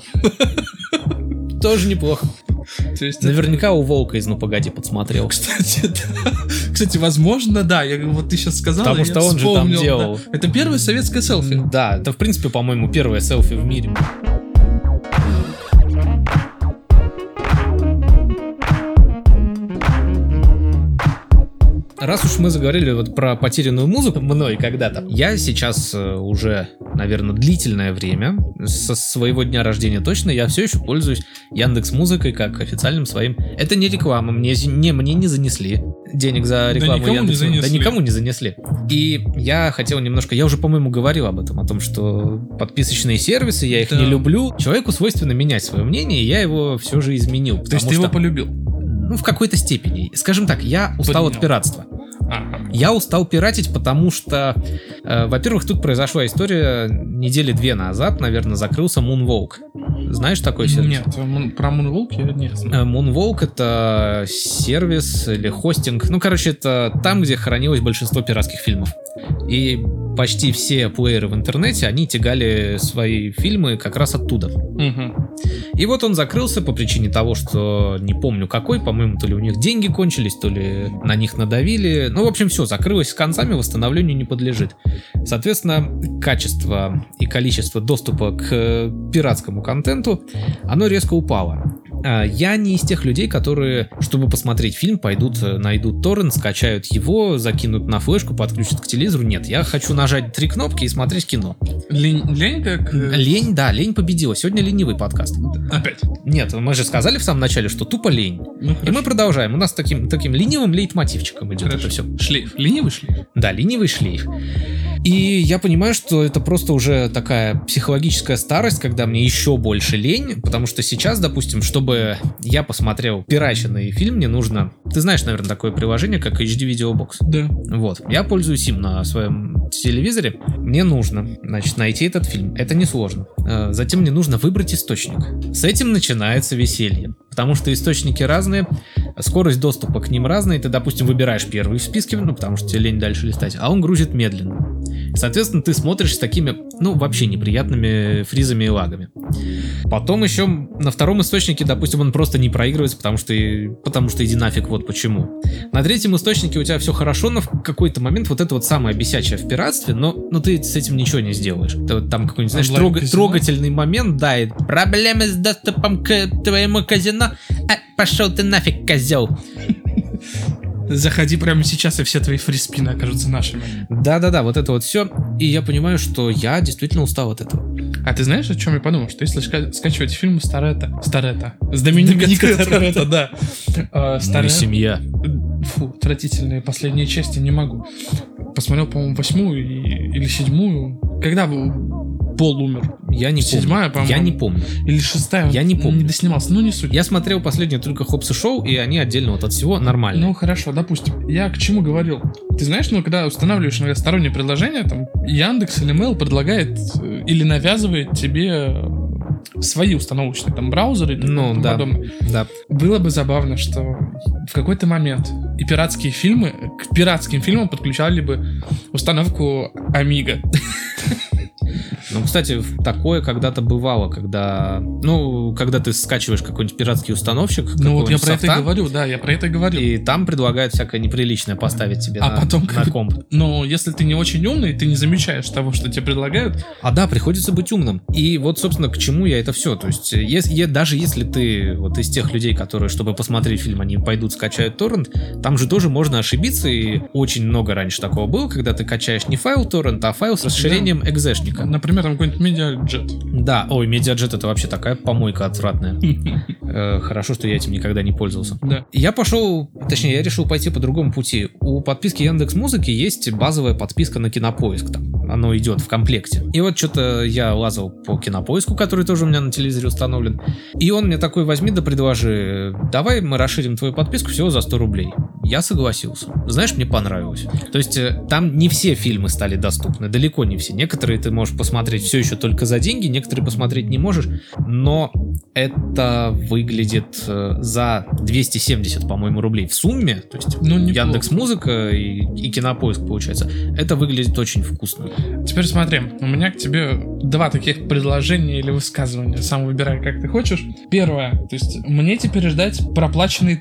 Тоже неплохо. То есть это- Наверняка у Волка из «Ну погоди» подсмотрел. Кстати, да. Кстати, возможно, да. Я, вот ты сейчас сказал, Потому и что я он же там вспомнил, делал. да. Это первое советское селфи. Да, это в принципе, по-моему, первое селфи в мире. раз уж мы заговорили вот про потерянную музыку мной когда-то, я сейчас э, уже, наверное, длительное время, со своего дня рождения точно, я все еще пользуюсь Яндекс.Музыкой как официальным своим. Это не реклама, мне не, мне не занесли денег за рекламу да Яндекс.Музыки. Да никому не занесли. И я хотел немножко, я уже, по-моему, говорил об этом, о том, что подписочные сервисы, я их да. не люблю. Человеку свойственно менять свое мнение, и я его все же изменил. То есть ты что, его полюбил? Ну, в какой-то степени. Скажем так, я устал Понял. от пиратства. Ага. Я устал пиратить, потому что, э, во-первых, тут произошла история недели две назад, наверное, закрылся Moonwalk. Знаешь такой сервис? Нет, про Moonwalk я не знаю. Moonwalk — это сервис или хостинг, ну, короче, это там, где хранилось большинство пиратских фильмов. И почти все плееры в интернете, они тягали свои фильмы как раз оттуда. Угу. И вот он закрылся по причине того, что не помню какой, по-моему, то ли у них деньги кончились, то ли на них надавили. Ну, в общем, все, закрылось с концами, восстановлению не подлежит. Соответственно, качество и количество доступа к пиратскому контенту, оно резко упало. Я не из тех людей, которые, чтобы посмотреть фильм, пойдут, найдут торрент, скачают его, закинут на флешку, подключат к телевизору. Нет, я хочу нажать три кнопки и смотреть кино. Лень, лень как... Лень, да, лень победила. Сегодня ленивый подкаст. Опять? Нет, мы же сказали в самом начале, что тупо лень. Ну, и мы продолжаем. У нас таким, таким ленивым лейтмотивчиком идет хорошо. Это все. Шлейф. Ленивый шлейф? Да, ленивый шлейф. И я понимаю, что это просто уже такая психологическая старость, когда мне еще больше лень, потому что сейчас, допустим, чтобы я посмотрел пираченный фильм, мне нужно... Ты знаешь, наверное, такое приложение, как эйч ди Video Box? Да. Вот. Я пользуюсь им на своем телевизоре. Мне нужно, значит, найти этот фильм. Это несложно. Затем мне нужно выбрать источник. С этим начинается веселье. Потому что источники разные, скорость доступа к ним разная. Ты, допустим, выбираешь первый в списке, ну, потому что тебе лень дальше листать, а он грузит медленно. Соответственно, ты смотришь с такими, ну, вообще неприятными фризами и лагами. Потом еще на втором источнике, допустим, он просто не проигрывается, потому что, потому что иди нафиг, вот почему. На третьем источнике у тебя все хорошо, но в какой-то момент вот это вот самое бесячее в пиратстве, но, но ты с этим ничего не сделаешь. Ты вот там какой-нибудь, знаешь, трог, трогательный момент, да, и проблемы с доступом к твоему казино, а, пошел ты нафиг, козел. Заходи прямо сейчас, и все твои фриспины окажутся нашими. Да-да-да, вот это вот все. И я понимаю, что я действительно устал от этого. А ты знаешь, о чем я подумал? Что если ска- скачивать фильмы Старетта, Старетта, с Доминикой Торетто, да. Мы семья. Фу, отвратительные последние части, не могу. Посмотрел, по-моему, восьмую или седьмую. Когда Пол умер? Я не Седьмая, помню. по-моему. Я не помню. Или шестая. Я не помню. Не доснимался. Ну, не суть. Я смотрел последнее только Хопс и Шоу, и они отдельно вот от всего нормальные. Ну, хорошо, допустим. Я к чему говорил? Ты знаешь, ну, когда устанавливаешь иногда стороннее приложение, там, Яндекс или Mail предлагает или навязывает тебе свои установочные там браузеры и ну, тому да, подобное. Да. Было бы забавно, что в какой-то момент и пиратские фильмы, к пиратским фильмам подключали бы установку Amiga. Ну, кстати, такое когда-то бывало, когда, ну, когда ты скачиваешь какой-нибудь пиратский установщик. Ну, вот я про софта, это и говорю, да, я про это и говорю. И там предлагают всякое неприличное поставить тебе а на, потом, на комп. Но если ты не очень умный, ты не замечаешь того, что тебе предлагают. А да, приходится быть умным. И вот, собственно, к чему я это все. То есть, если, даже если ты вот из тех людей, которые, чтобы посмотреть фильм, они пойдут скачают торрент, там же тоже можно ошибиться, и очень много раньше такого было, когда ты качаешь не файл торрент, а файл с расширением да. экзешника. Например, там какой-нибудь MediaJet. Да, ой, MediaJet это вообще такая помойка отвратная. Хорошо, что я этим никогда не пользовался. Да. Я пошел, точнее, я решил пойти по другому пути. У подписки Яндекс.Музыки есть базовая подписка на Кинопоиск. Там оно идет в комплекте. И вот что-то я лазал по Кинопоиску, который тоже у меня на телевизоре установлен. И он мне такой: возьми да предложи, давай мы расширим твою подписку всего за сто рублей. Я согласился. Знаешь, мне понравилось. То есть там не все фильмы стали доступны, далеко не все. Некоторые ты можешь посмотреть все еще только за деньги, некоторые посмотреть не можешь, но это выглядит э, за двести семьдесят, по-моему, рублей в сумме, то есть ну, Яндекс.Музыка и, и Кинопоиск, получается, это выглядит очень вкусно. Теперь смотри, у меня к тебе два таких предложения или высказывания, сам выбирай, как ты хочешь. Первое, то есть мне теперь ждать проплаченный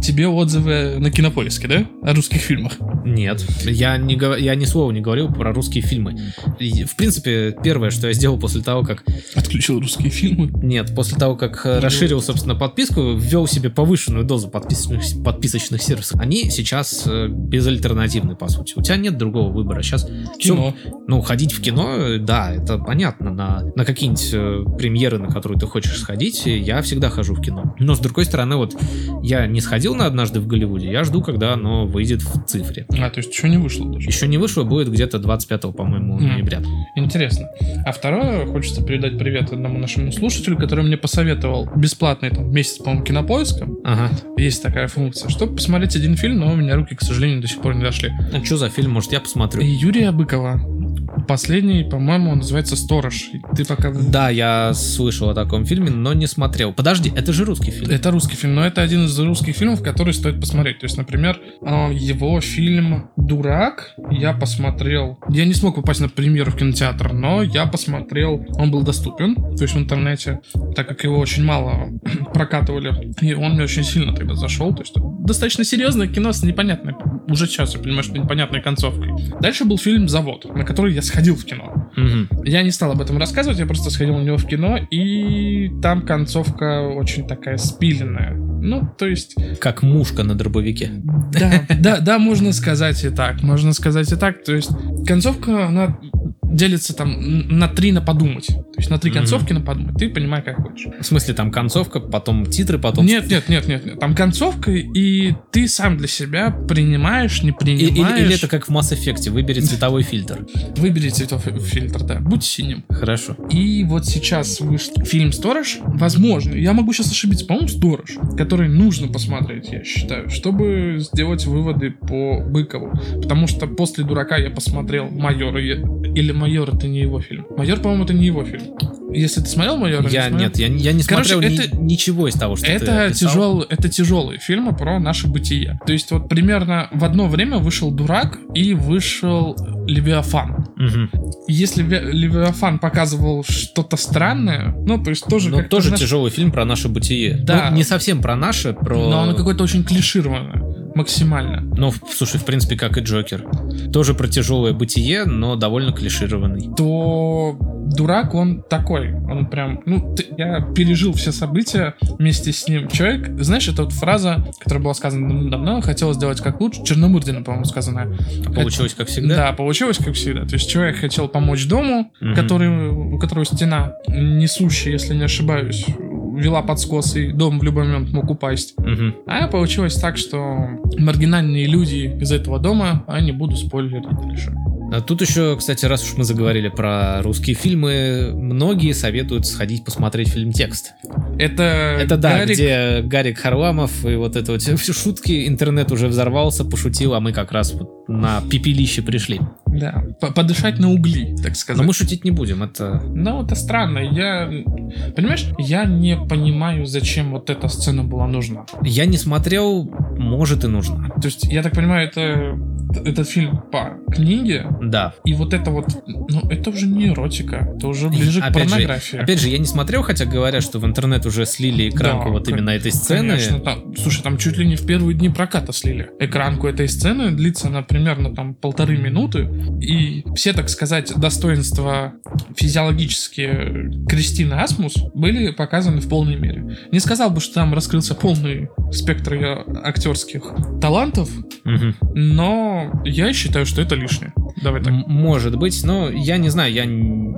тебе отзывы на Кинопоиске, да? О русских фильмах? Нет, я, не, я ни слова не говорил про русские фильмы. И, в принципе, первое, что я сделал после того, как... Отключил русские фильмы? Нет, после того, как ну, расширил, собственно, подписку, ввел себе повышенную дозу подписочных, подписочных сервисов. Они сейчас безальтернативны, по сути. У тебя нет другого выбора. Сейчас кино. Все, ну, ходить в кино, да, это понятно. На, на какие-нибудь премьеры, на которые ты хочешь сходить, я всегда хожу в кино. Но, с другой стороны, вот, я не сходил на «Однажды в Голливуде», я жду, когда оно выйдет в цифре. А, то есть еще не вышло даже? Еще не вышло, будет где-то двадцать пятого, по-моему, mm. ноября. Интересно. А второе, хочется передать привет одному нашему слушателю, который мне посоветовал бесплатный там, месяц, по-моему, Кинопоиска. Ага. Есть такая функция, чтобы посмотреть один фильм, но у меня руки, к сожалению, до сих пор не дошли. А что за фильм? Может, я посмотрю? И Юрия Быкова. Последний, по-моему, он называется «Сторож». Ты пока... Да, я слышал о таком фильме, но не смотрел. Подожди, это же русский фильм. Это русский фильм, но это один из русских фильмов, который стоит посмотреть. То есть, например, его фильм «Дурак» я посмотрел... Я не смог попасть на премьеру в кинотеатр, но я посмотрел... Он был доступен, то есть в интернете, так как его очень мало прокатывали. И он мне очень сильно тогда зашел. То есть достаточно серьезное кино с непонятной... Уже сейчас я понимаю, что непонятной концовкой. Дальше был фильм «Завод», на который я сходил в кино. Угу. Я не стал об этом рассказывать, я просто сходил на него в кино, и там концовка очень такая спиленная. Ну, то есть... Как мушка на дробовике. Да, да, да, можно сказать и так. Можно сказать и так. То есть концовка, она делится там на три на подумать. То есть на три концовки mm-hmm. на подумать. Ты понимай, как хочешь. В смысле, там концовка, потом титры, потом... Нет, нет, нет, нет, нет. Там концовка, и ты сам для себя принимаешь, не принимаешь. Или, или это как в Mass Effect, выбери цветовой фильтр. Выбери цветовой фильтр, да. Будь синим. Хорошо. И вот сейчас вышел фильм «Сторож». Возможно, я могу сейчас ошибиться, по-моему, «Сторож», который нужно посмотреть, я считаю, чтобы сделать выводы по Быкову. Потому что после «Дурака» я посмотрел «Майора». Или «Майор» — это не его фильм. «Майор», по-моему, это не его фильм. Если ты смотрел «Майора», я не нет, я, я не Короче, смотрел это, ни, ничего из того, что это ты описал. Тяжел, это тяжелые фильмы про наше бытие. То есть вот примерно в одно время вышел «Дурак» и вышел «Левиафан». Угу. Если «Левиафан» показывал что-то странное, ну, то есть тоже... Но как тоже наш... тяжелый фильм про наше бытие. Да. Ну, не совсем про наше, про... Но оно какое-то очень клишированное. Максимально. Ну, слушай, в принципе, как и Джокер. Тоже про тяжелое бытие, но довольно клишированный. То «Дурак», он такой. Он прям... Ну, ты, я пережил все события вместе с ним. Человек... Знаешь, это вот фраза, которая была сказана давно, хотел сделать как лучше. Черномырдина, по-моему, сказанная. А получилось как всегда? Да, получилось как всегда. То есть человек хотел помочь дому, угу. который, у которого стена несущая, если не ошибаюсь, вела под скос, и дом в любой момент мог упасть. Угу. А получилось так, что маргинальные люди из этого дома, а не буду спойлерить дальше. А тут еще, кстати, раз уж мы заговорили про русские фильмы, многие советуют сходить посмотреть фильм «Текст». Это, Это да, Гарик... где Гарик Харламов и вот это вот все шутки, интернет уже взорвался, пошутил, а мы как раз вот на пепелище пришли. Да, подышать на угли, так сказать. Но мы шутить не будем, это... Ну, это странно, я... Понимаешь, я не понимаю, зачем вот эта сцена была нужна. Я не смотрел, может и нужна. То есть, я так понимаю, это... Этот фильм по книге. Да. И вот это вот, ну, это уже не эротика, это уже ближе к порнографии. Же, опять же, я не смотрел, хотя говорят, что в интернет уже слили экранку да, вот именно этой сцены. Конечно, там, слушай, там чуть ли не в первые дни проката слили экранку этой сцены, длится она примерно там полторы минуты, и все, так сказать, достоинства физиологические Кристины Асмус были показаны в полной мере. Не сказал бы, что там раскрылся полный спектр ее актерских талантов, угу. но я считаю, что это лишнее. Давай так. М- может быть, но я не знаю, я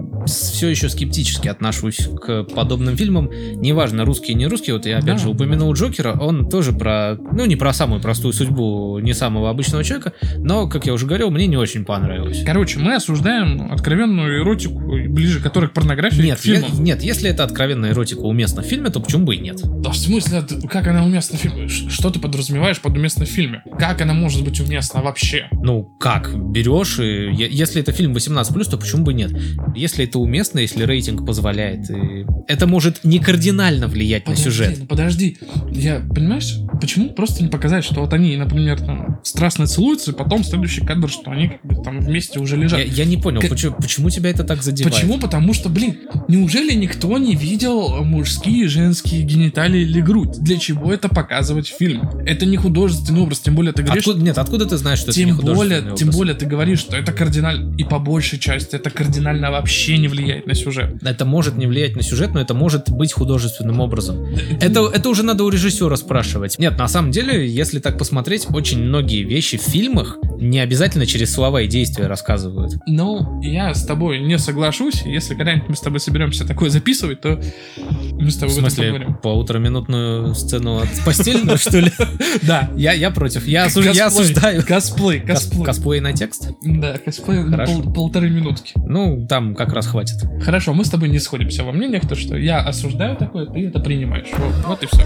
все еще скептически отношусь к подобным фильмам. Неважно, русские, не русские. Вот я опять да, же упомянул да. Джокера. Он тоже про, ну не про самую простую судьбу не самого обычного человека, но, как я уже говорил, мне не очень понравилось. Короче, мы осуждаем откровенную эротику, ближе которой к порнографии. Нет, к фильмам. Я, нет, если это откровенная эротика уместна в фильме, то почему бы и нет? Да в смысле, как она уместна в фильме? Что ты подразумеваешь под уместно в фильме? Как она может быть уместна вообще? Ну, как? Берешь и... Если это фильм восемнадцать плюс, то почему бы нет? Если это уместно, если рейтинг позволяет, и... это может не кардинально влиять подожди, на сюжет. Ну подожди, я, понимаешь, почему просто не показать, что вот они, например, там страстно целуются, и потом следующий кадр, что они как бы там вместе уже лежат. Я, я не понял, К... почему, почему тебя это так задевает? Почему? Потому что, блин, неужели никто не видел мужские и женские гениталии или грудь? Для чего это показывать в фильме? Это не художественный образ, тем более ты говоришь... Откуда, нет, откуда ты знаешь, что тем это не более, художественный образ? Тем более ты говоришь, что это кардинально, и по большей части это кардинально вообще не влияет на сюжет. Это может не влиять на сюжет, но это может быть художественным образом. Это, это уже надо у режиссера спрашивать. Нет, на самом деле, если так посмотреть, очень многие вещи в фильмах не обязательно через слова и действия рассказывают. Ну, я с тобой не соглашусь. Если когда-нибудь мы с тобой соберемся такое записывать, то мы с тобой в об этом смысле, поговорим. полутораминутную сцену от постельную, что ли? Да. Я против. Я осуждаю. Косплей, косплей. Косплей на текст? Да, косплей на полторы минутки. Ну, там как раз хватит. Хорошо, мы с тобой не сходимся во мнениях, то что я осуждаю такое, ты это принимаешь. Вот, вот и все.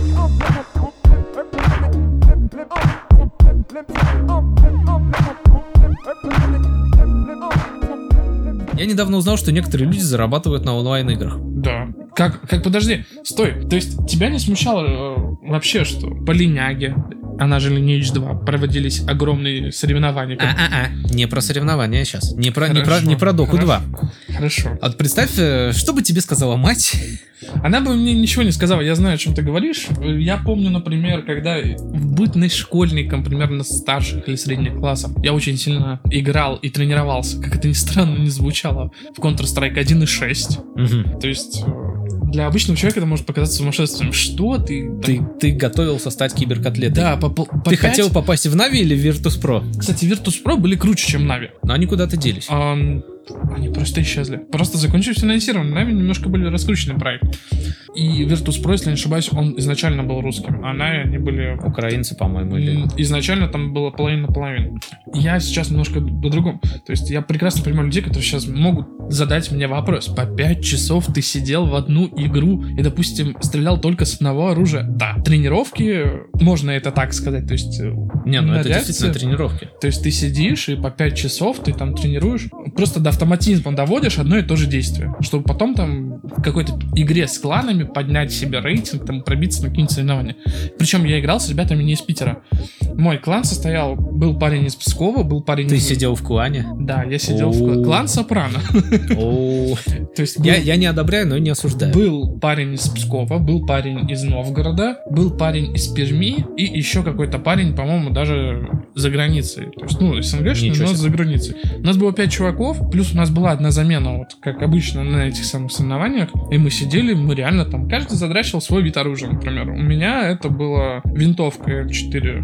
Я недавно узнал, что некоторые люди зарабатывают на онлайн-играх. Да. Как, как, подожди, стой. То есть тебя не смущало э, вообще, что по Линяге, она же Lineage два, проводились огромные соревнования? Как... А-а-а, не про соревнования сейчас. Не про, не Хорошо, про, не про Доку хорошо, два. Хорошо. Вот представь, что бы тебе сказала мать. Она бы мне ничего не сказала, я знаю, о чем ты говоришь. Я помню, например, когда в бытность школьником, примерно старших или средних классов, я очень сильно играл и тренировался, как это ни странно не звучало, в Counter-Strike один и шесть. Угу. То есть для обычного человека это может показаться сумасшествием. Что ты... Ты, ты готовился стать киберкотлетой. Да, по, по, по Ты пять... хотел попасть в Нави или в Virtus.pro? Кстати, Virtus.pro были круче, чем Нави. Но они куда-то делись. А, они просто исчезли. Просто закончились финансирование. Нави немножко были раскрученный проект. И Virtus.pro, если не ошибаюсь, он изначально был русским. А Нави, они были... Украинцы, по-моему, или... Изначально там было половина на половину. Я сейчас немножко по-другому. То есть я прекрасно понимаю людей, которые сейчас могут задать мне вопрос. По пять часов ты сидел в одну игру и, допустим, стрелял только с одного оружия. Да, тренировки, можно это так сказать. То есть... Не, ну это действительно тренировки. То есть ты сидишь и по пять часов ты там тренируешь. Просто до автоматизма доводишь одно и то же действие. Чтобы потом там в какой-то игре с кланами поднять себе рейтинг, там пробиться на какие-нибудь соревнования. Причем я играл с ребятами не из Питера. Мой клан состоял, был парень из Пскова, был парень Ты из... сидел в клане? Да, я сидел в клан Сопрано. То есть я, я не одобряю, но и не осуждаю. Был парень из Пскова, был парень из Новгорода, был парень из Перми и еще какой-то парень, по-моему, даже за границей. То есть, ну, СНГшный, но за границей. У нас было пять чуваков, плюс у нас была одна замена, вот как обычно на этих самых соревнованиях. И мы сидели, мы реально там, каждый задрачивал свой вид оружия, например. У меня это была винтовка эм четыре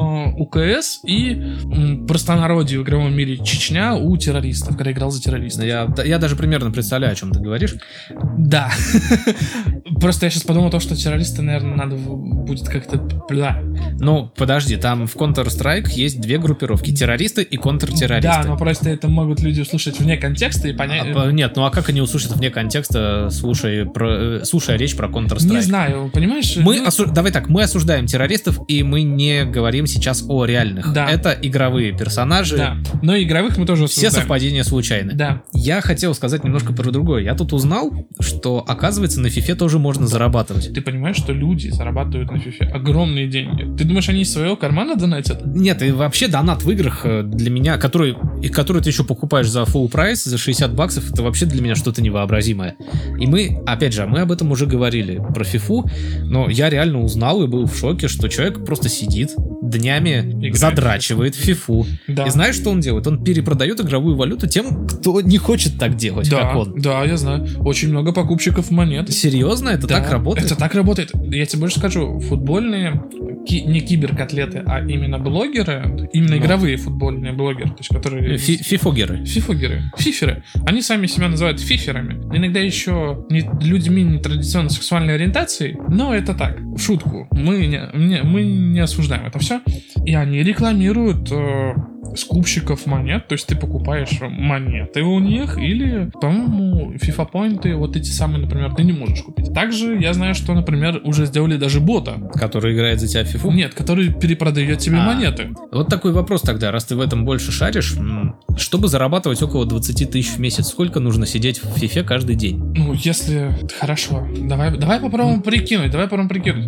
УКС и м, простонародье в игровом мире Чечня у террористов, когда играл за террористов. Я, я даже примерно представляю, о чем ты говоришь. Да. Просто я сейчас подумал то, что террористы, наверное, надо будет как-то... Да. Ну, подожди, там в Counter-Strike есть две группировки. Террористы и контртеррористы. Да, но просто это могут люди услышать вне контекста и понять... А, нет, ну а как они услышат вне контекста, слушая, про, слушая речь про Counter-Strike? Не знаю, понимаешь? Мы ну... осу... Давай так, мы осуждаем террористов, и мы не говорим сейчас о реальных. Да. Это игровые персонажи. Да, но игровых мы тоже осуждаем. Все совпадения случайны. Да. Я хотел сказать немножко про другое. Я тут узнал, что, оказывается, на фифе тоже можно зарабатывать. Ты понимаешь, что люди зарабатывают на фифе огромные деньги? Ты думаешь, они из своего кармана донатят? Нет, и вообще донат в играх для меня, который, и который ты еще покупаешь за full прайс, за шестьдесят баксов, это вообще для меня что-то невообразимое. И мы, опять же, мы об этом уже говорили, про фифу, но я реально узнал и был в шоке, что человек просто сидит днями, играет, задрачивает в фифу. Да. И знаешь, что он делает? Он перепродает игровую валюту тем, кто не хочет так делать, да, как он. Да, я знаю. Очень много покупщиков монет. Серьезно? Это да, так работает? Это так работает. Я тебе больше скажу, футбольные, ки- не киберкотлеты, а именно блогеры, именно но. игровые футбольные блогеры, то есть которые... Фи- фифогеры. Фифогеры. Фиферы. Они сами себя называют фиферами. Иногда еще не людьми нетрадиционной сексуальной ориентации, но это так, в шутку. Мы не, не, мы не осуждаем это все. И они рекламируют... Э, скупщиков монет, то есть ты покупаешь монеты у них, или, по-моему, FIFA Point, вот эти самые, например, ты не можешь купить. Также я знаю, что, например, уже сделали даже бота. Который играет за тебя в FIFA? Нет, который перепродает тебе а, монеты. Вот такой вопрос тогда, раз ты в этом больше шаришь, чтобы зарабатывать около двадцать тысяч в месяц, сколько нужно сидеть в FIFA каждый день? Ну, если... Хорошо, давай, давай попробуем прикинуть, давай попробуем прикинуть.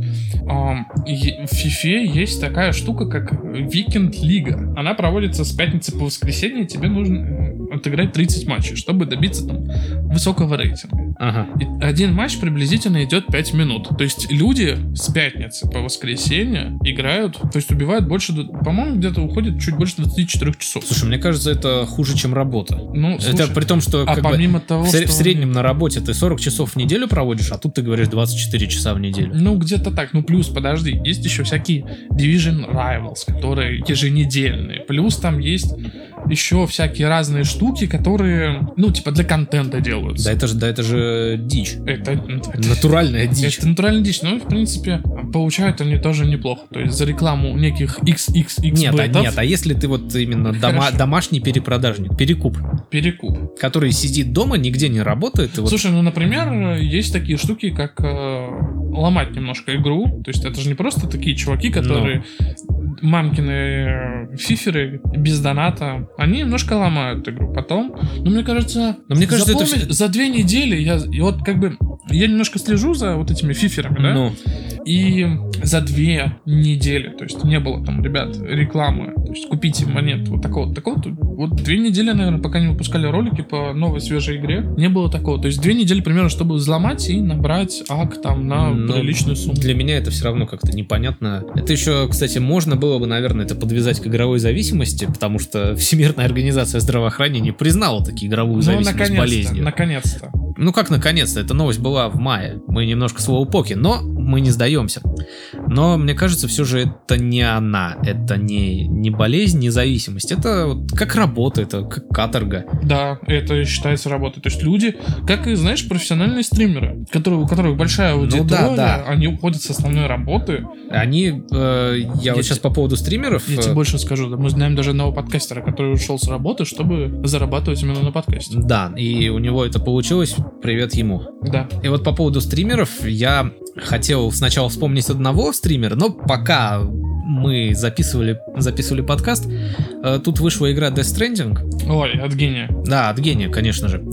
В FIFA есть такая штука, как Weekend Лига. Она проводится с пятницы по воскресенье, и тебе нужно отыграть тридцать матчей, чтобы добиться там высокого рейтинга. Ага. И один матч приблизительно идет пять минут. То есть люди с пятницы по воскресенье играют, то есть убивают больше, по-моему, где-то уходит чуть больше двадцать четыре часов. Слушай, мне кажется, это хуже, чем работа. Ну, слушай, это при том, что а как помимо бы, того, в, что... в среднем на работе ты сорок часов в неделю проводишь, а тут ты говоришь двадцать четыре часа в неделю. Ну, где-то так. Ну, плюс, подожди, есть еще всякие Division Rivals, которые еженедельные. Плюс там есть еще всякие разные штуки, которые, ну, типа для контента делаются. Да это же, да это же дичь. Это, это натуральная дичь. Это натуральная дичь. Ну, в принципе, получают они тоже неплохо. То есть за рекламу неких икс икс икс нет, бетов. А, нет, а если ты вот именно дома, домашний перепродажник, перекуп. Перекуп. Который сидит дома, нигде не работает. И Слушай, вот... ну, например, есть такие штуки, как э, ломать немножко игру. То есть это же не просто такие чуваки, которые... Но... мамкины фиферы без доната, они немножко ломают игру. Потом, ну, мне кажется, Но мне кажется запомни, это... за две недели я, и вот как бы, я немножко слежу за вот этими фиферами, да? Ну. И за две недели, то есть не было там, ребят, рекламы, то есть купите монет вот такого, такого, вот две недели, наверное, пока не выпускали ролики по новой свежей игре, не было такого. То есть две недели примерно, чтобы взломать и набрать ак там на Но приличную сумму. Для меня это все равно как-то непонятно. Это еще, кстати, можно было бы, наверное, это подвязать к игровой зависимости, потому что Всемирная организация здравоохранения признала таки игровую ну, зависимость наконец-то, болезнью. наконец-то. Ну как наконец-то? Эта новость была в мае. Мы немножко слоупоки, но мы не сдаемся. Но мне кажется, все же это не она. Это не, не болезнь, не зависимость. Это вот как работа, это как каторга. Да, это считается работой. То есть люди, как и, знаешь, профессиональные стримеры, которые, у которых большая аудитория, ну, да, да. Они уходят с основной работы. Они, э, я, я вот сейчас по поводу стримеров... Я тебе больше скажу, да, мы знаем даже одного подкастера, который ушел с работы, чтобы зарабатывать именно на подкасте. Да, и у него это получилось. Привет ему. Да. И вот по поводу стримеров, я хотел сначала вспомнить одного стримера, но пока мы записывали, записывали подкаст, тут вышла игра Death Stranding. Ой, от гения. Да, от гения, конечно же.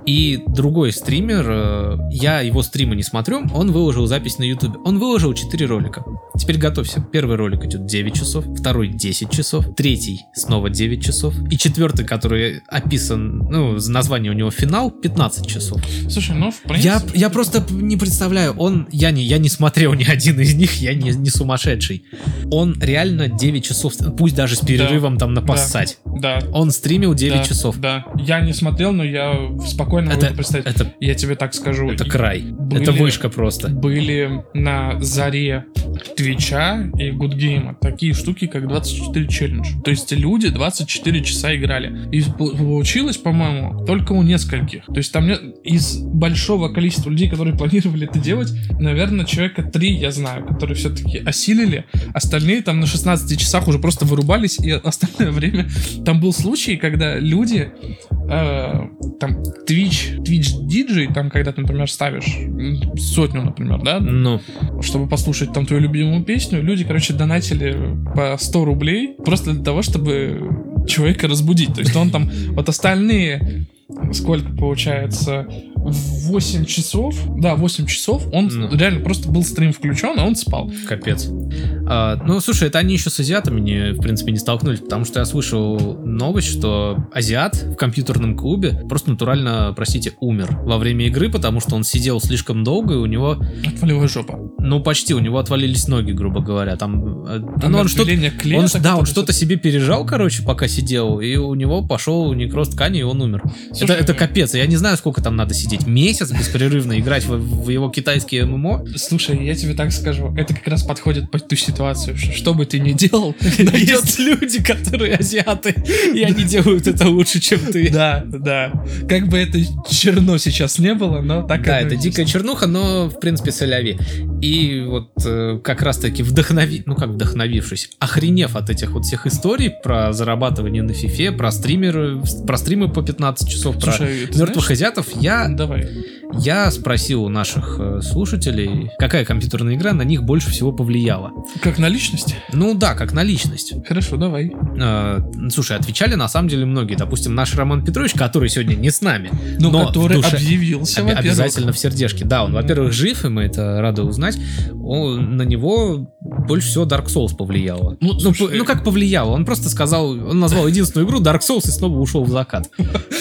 И другой стример, я его стримы не смотрю, он выложил запись на YouTube. Он выложил четыре ролика. Теперь готовься. Первый ролик идет девять часов, второй десять часов, третий снова девять часов, и четвертый, который описан, ну, название у него финал, пятнадцать часов. Слушай, ну, в принципе... Я, я просто не представляю, он, я не, я не смотрел ни один из них, я не, не сумасшедший. Он реально девять часов, пусть даже с перерывом да, там на поссать. Да, да. Он стримил девять да, часов. Да, я не смотрел, но я спокойно это, могу представить. Это, я тебе так скажу. Это край, были, это вышка просто. Были на заре Твича и Гудгейма такие штуки, как двадцать четыре челлендж. То есть люди двадцать четыре часа играли. И получилось, по-моему, только у нескольких. То есть там нет, из большого количества людей, которые планировали это делать, наверное, человека три я знаю, которые все-таки осилили. Остальные там на шестнадцати часах уже просто вырубались, и остальное время... Там был случай, когда люди... Э, там Twitch, Twitch диджей, там, когда ты, например, ставишь сотню, например, да? Ну. Чтобы послушать там твою любимую песню, люди, короче, донатили по сто рублей просто для того, чтобы человека разбудить. То есть он там... Вот остальные... Сколько получается? восемь часов? Да, восемь часов. Он ну. реально просто был стрим включен, а он спал. Капец. А, ну, слушай, это они еще с азиатами, не, в принципе, не столкнулись, потому что я слышал новость, что азиат в компьютерном клубе просто натурально, простите, умер во время игры, потому что он сидел слишком долго, и у него... Отвалилась жопа. Ну, почти, у него отвалились ноги, грубо говоря. Там, там ну, он что-то, он, да, он что-то себе пережал, короче, пока сидел, и у него пошел некроз ткани, и он умер. Слушай, это, это капец, я не знаю, сколько там надо сидеть. Месяц беспрерывно играть в, в его китайские эм эм о. Слушай, я тебе так скажу, это как раз подходит под ту ситуацию, ситуацию, что, что бы ты ни делал, Есть люди, которые азиаты, и они делают это лучше, чем ты. Да, да. Как бы это черно сейчас не было, но так Да, оно это и дикая есть. чернуха, но, в принципе, соляви. И вот э, как раз-таки вдохнови... Ну, как вдохновившись, охренев от этих вот всех историй про зарабатывание на фифе, про стримеры, про стримы по пятнадцать часов, про Слушай, ты мертвых знаешь- азиатов, я, Давай. я спросил у наших э, слушателей, какая компьютерная игра на них больше всего повлияла. Как на личность? Ну да, как на личность. Хорошо, давай. Э, слушай, отвечали на самом деле многие. Допустим, наш Роман Петрович, который сегодня не с нами, Ну, но который в душе- объявился, Обя- во-первых. обязательно в сердечке. Да, он, во-первых, жив, и мы это рады узнать. Он, на него больше всего Dark Souls повлияло. Ну, Ну, слушай, по- ну, как повлияло? Он просто сказал, он назвал единственную игру Dark Souls и снова ушел в закат.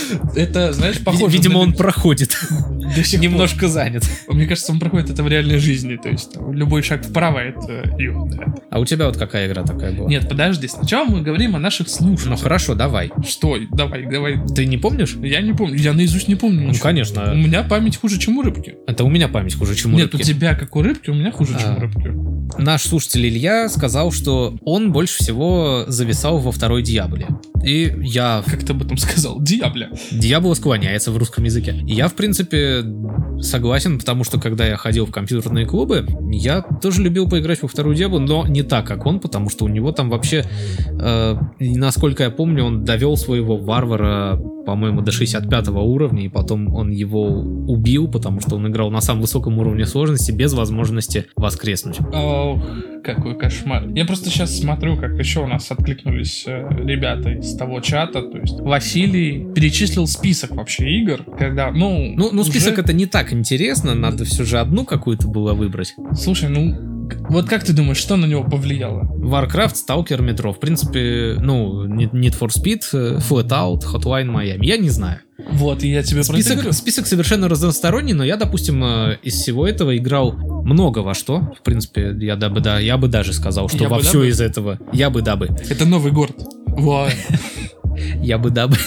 Это, знаешь, похоже Видимо, на он люб- проходит. до сих пор. Немножко занят. Мне кажется, он проходит это в реальной жизни. То есть там, любой шаг вправо — это его, да. А у тебя вот какая игра такая была? Нет, подожди. Сначала мы говорим о наших Ну слушателях. хорошо, давай. Что? Давай, давай. Ты не помнишь? Я не помню. Я наизусть не помню Ну, ничего. конечно. У меня память хуже, чем у рыбки. Это у меня память хуже, чем у Нет, у рыбки. тебя как у рыбки, у меня хуже, чем А. у рыбки. Наш слушатель Илья сказал, что он больше всего зависал во второй Диабле. И я... Как ты об этом сказал? Диабля. Диабло склоняется в русском языке. И я, в принципе, согласен, потому что, когда я ходил в компьютерные клубы, я тоже любил поиграть во вторую Диаблу, но не так, как он, потому что у него там вообще, э, насколько я помню, он довел своего варвара, по-моему, до шестьдесят пятого уровня, и потом он его убил, потому что он играл на самом высоком уровне сложности без возможности воскреснуть. Ох, какой кошмар. Я просто сейчас смотрю, как еще у нас откликнулись э, ребята из того чата. То есть Василий перечислил список вообще игр, когда, ну... Ну, ну уже- список это не так интересно, надо все же одну какую-то было выбрать. Слушай, ну, к- вот как ты думаешь, что на него повлияло? Warcraft, Stalker, Metro. В принципе, ну, Need for Speed, э, Flatout, Hotline Miami. Я не знаю. Вот, и я тебе про это Список, говорю. список совершенно разносторонний, но я, допустим, э, из всего этого играл много во что. В принципе, я, да, бы, да, я бы даже сказал, что Я во бы, все да бы? из этого. Я бы, да бы. Это новый город. Вот. Я бы, да бы.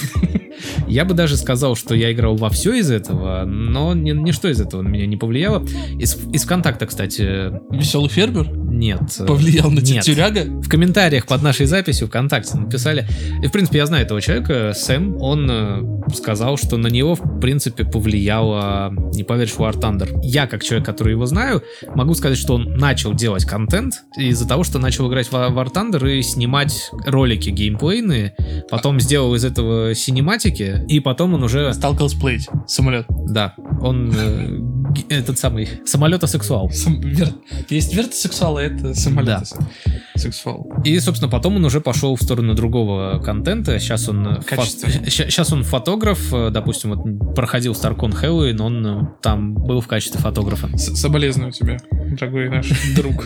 Я бы даже сказал, что я играл во все из этого, но ни, ничто из этого на меня не повлияло. Из, из ВКонтакта, кстати, Веселый фермер нет. э, повлиял на нет. тюряга. В комментариях под нашей записью ВКонтакте написали. И, в принципе, я знаю этого человека, Сэм. Он э, сказал, что на него, в принципе, повлияло, не поверишь, War Thunder. Я, как человек, который его знаю, могу сказать, что он начал делать контент из-за того, что начал играть в War Thunder и снимать ролики геймплейные. Потом сделал из этого синематики, и потом он уже... Стал косплеить самолет. Да, он э, г- этот самый самолетосексуал. Сам- вер- Есть вертосексуал, а это самолет. Да. Сексуал. И, собственно, потом он уже пошел в сторону другого контента. Сейчас он, э, фо- Качественный. ща- щас он фотограф. э, Допустим, вот проходил StarCon Halloween, он э, там был в качестве фотографа. С- Соболезную тебе, дорогой наш друг.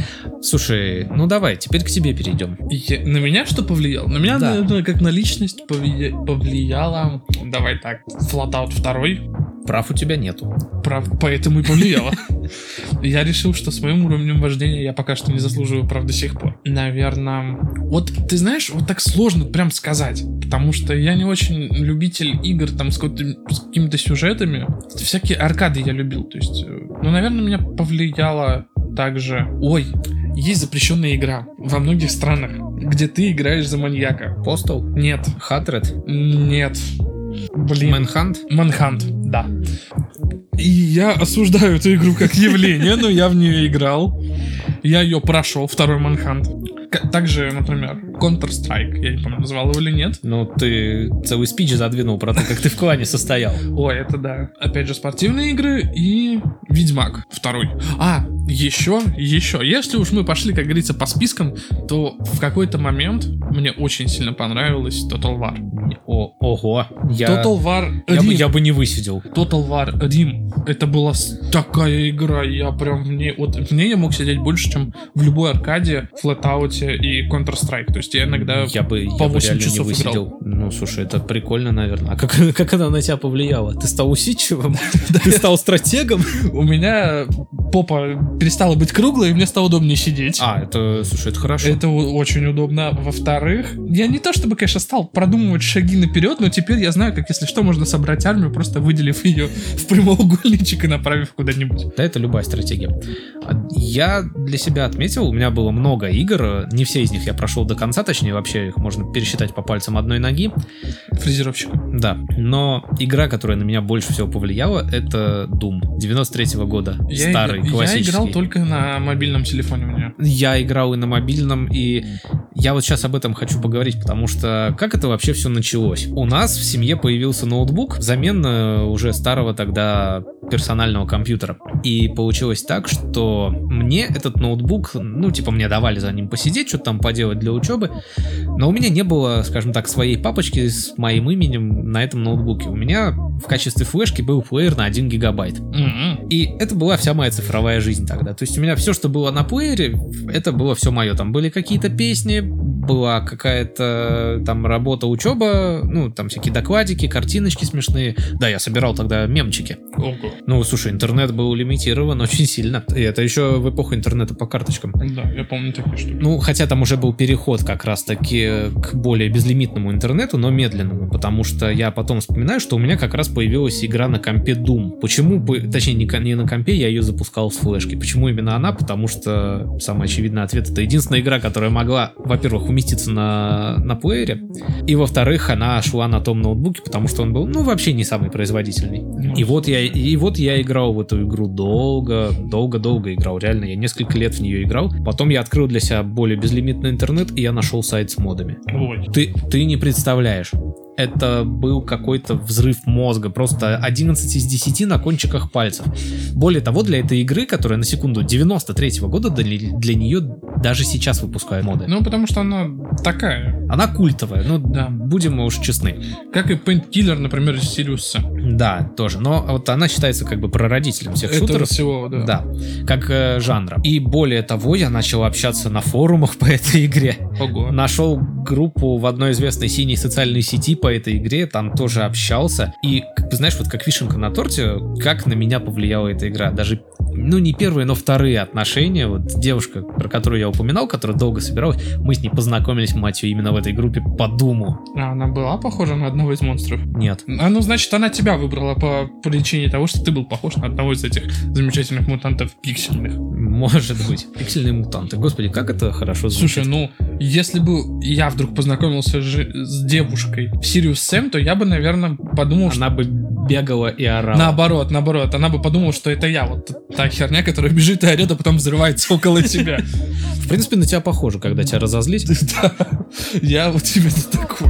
Слушай, ну давай, теперь к тебе перейдем. Я- На меня что повлияло? На меня, Да. наверное, как на личность повли- повлияло... Давай так, Flatout два. Прав у тебя нету. Прав, поэтому и повлияло. Я решил, что с моим уровнем вождения я пока что не заслуживаю прав до сих пор. Наверное... Вот, ты знаешь, вот так сложно прям сказать. Потому что я не очень любитель игр там с, какой-то- с какими-то сюжетами. Всякие аркады я любил. То есть, э, ну, наверное, меня повлияло также... Ой, есть запрещенная игра во многих странах, где ты играешь за маньяка. Postal? Нет, Хатред? нет. Блин. Manhunt? Манхант, да. И я осуждаю эту игру как явление, но я в нее играл. Я ее прошел, второй Манхант. К- Также, например, Counter-Strike, я не помню, назвал его или нет. Ну, ты целый спич задвинул про то, как ты в клане состоял. Ой, это да. Опять же, спортивные игры и Ведьмак второй. А, еще, еще. Если уж мы пошли, как говорится, по спискам, то в какой-то момент мне очень сильно понравилась Total War. О, ого. Я, Total War я, бы, Rim. я бы не высидел. Total War Rim. Это была с- такая игра. Я прям в ней... Вот в ней я мог сидеть больше, чем в любой аркаде, Flatout и Counter-Strike. То есть я иногда... Я бы, я по бы восемь реально не часов высидел. играл. Ну, слушай, это прикольно, наверное. А как, как она на тебя повлияла? Ты стал усидчивым? Ты стал стратегом? У меня попа перестала быть круглой, и мне стало удобнее сидеть. А, это, слушай, это хорошо. Это очень удобно. Во-вторых, я не то чтобы, конечно, стал продумывать шаги наперед, но теперь я знаю, как, если что, можно собрать армию, просто выделив ее в прямоугольничек и направив куда-нибудь. Да, это любая стратегия. Я для себя отметил, у меня было много игр, не все из них я прошел до конца, точнее, вообще их можно пересчитать по пальцам одной ноги. Фрезеровщик. Да, но игра, которая на меня больше всего повлияла, это Doom девяносто третьего года, я старый, иг... классический. Я играл только на мобильном телефоне у меня. Я играл и на мобильном, и я вот сейчас об этом хочу поговорить, потому что как это вообще все началось? У нас в семье появился ноутбук взамен уже старого тогда персонального компьютера. И получилось так, что мне этот ноутбук, ну, типа, мне давали за ним посидеть, что-то там поделать для учебы, но у меня не было, скажем так, своей папочки с моим именем на этом ноутбуке. У меня в качестве флешки был плеер на один гигабайт. Mm-hmm. И это была вся моя цифровая жизнь тогда. То есть у меня все, что было на плеере, это было все мое. Там были какие-то песни, была какая-то там работа, учеба, ну, там всякие докладики, картиночки смешные. Да, я собирал тогда мемчики. Ого. Ну, слушай, интернет был лимитирован очень сильно. И это еще в эпоху интернета по карточкам. Да, я помню такие штуки. Ну, хотя там уже был переход как раз-таки к более безлимитному интернету, но медленному, потому что я потом вспоминаю, что у меня как раз появилась игра на компе Doom. Почему, точнее, не на компе, я ее запускал с флешки. Почему именно она? Потому что самый очевидный ответ — это единственная игра, которая могла, во-первых, уместиться на, на плеере, и, во-вторых, она шла на том ноутбуке, потому что он был, ну, вообще не самый производительный. Ну, и вот я, и вот я играл в эту игру долго, долго-долго играл, реально, я несколько лет в нее играл. Потом я открыл для себя более безлимитный интернет, и я нашел сайт с модами. Ой. Ты, ты не представляешь. Это был какой-то взрыв мозга, просто одиннадцать из десяти на кончиках пальцев. Более того, для этой игры, которая, на секунду, девяносто третьего года, для, для нее даже сейчас выпускают моды. Ну, потому что она такая. Она культовая, ну, да. Будем мы уж честны. Как и Painkiller, например, из Сириуса. Да, тоже, но вот она считается как бы прародителем всех этого шутеров. всего, да. Да, как э, жанра. И более того, я начал общаться на форумах по этой игре. Ого. Нашел группу в одной известной синей социальной сети по этой игре, там тоже общался. И, как бы, знаешь, вот как вишенка на торте, как на меня повлияла эта игра. Даже, ну, не первые, но вторые отношения. Вот девушка, про которую я упоминал, которая долго собиралась, мы с ней познакомились, мать ее, именно в этой группе по Думу. А она была похожа на одного из монстров? Нет. А ну, значит, она тебя выбрала по причине того, что ты был похож на одного из этих замечательных мутантов пиксельных. Может быть. Пиксельные мутанты. Господи, как это хорошо звучит. Слушай, ну, если бы я вдруг познакомился же с девушкой в Sirius Sam, то я бы, наверное, подумал, что... Она бы бегала и орала. Наоборот, наоборот. Она бы подумала, что это я. Вот та херня, которая бежит и орет, а потом взрывается около тебя. В принципе, на тебя похоже, когда тебя разозлить. Да, я вот именно такой.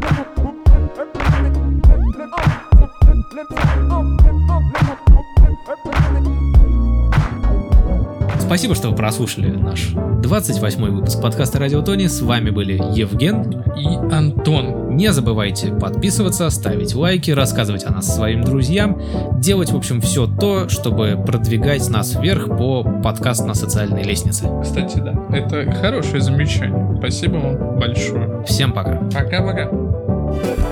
Спасибо, что вы прослушали наш двадцать восьмой выпуск подкаста Радио Тони. С вами были Евген и Антон. Не забывайте подписываться, ставить лайки, рассказывать о нас своим друзьям, делать, в общем, все то, чтобы продвигать нас вверх по подкасту на социальной лестнице. Кстати, да, это хорошее замечание. Спасибо вам большое. Всем пока. Пока-пока.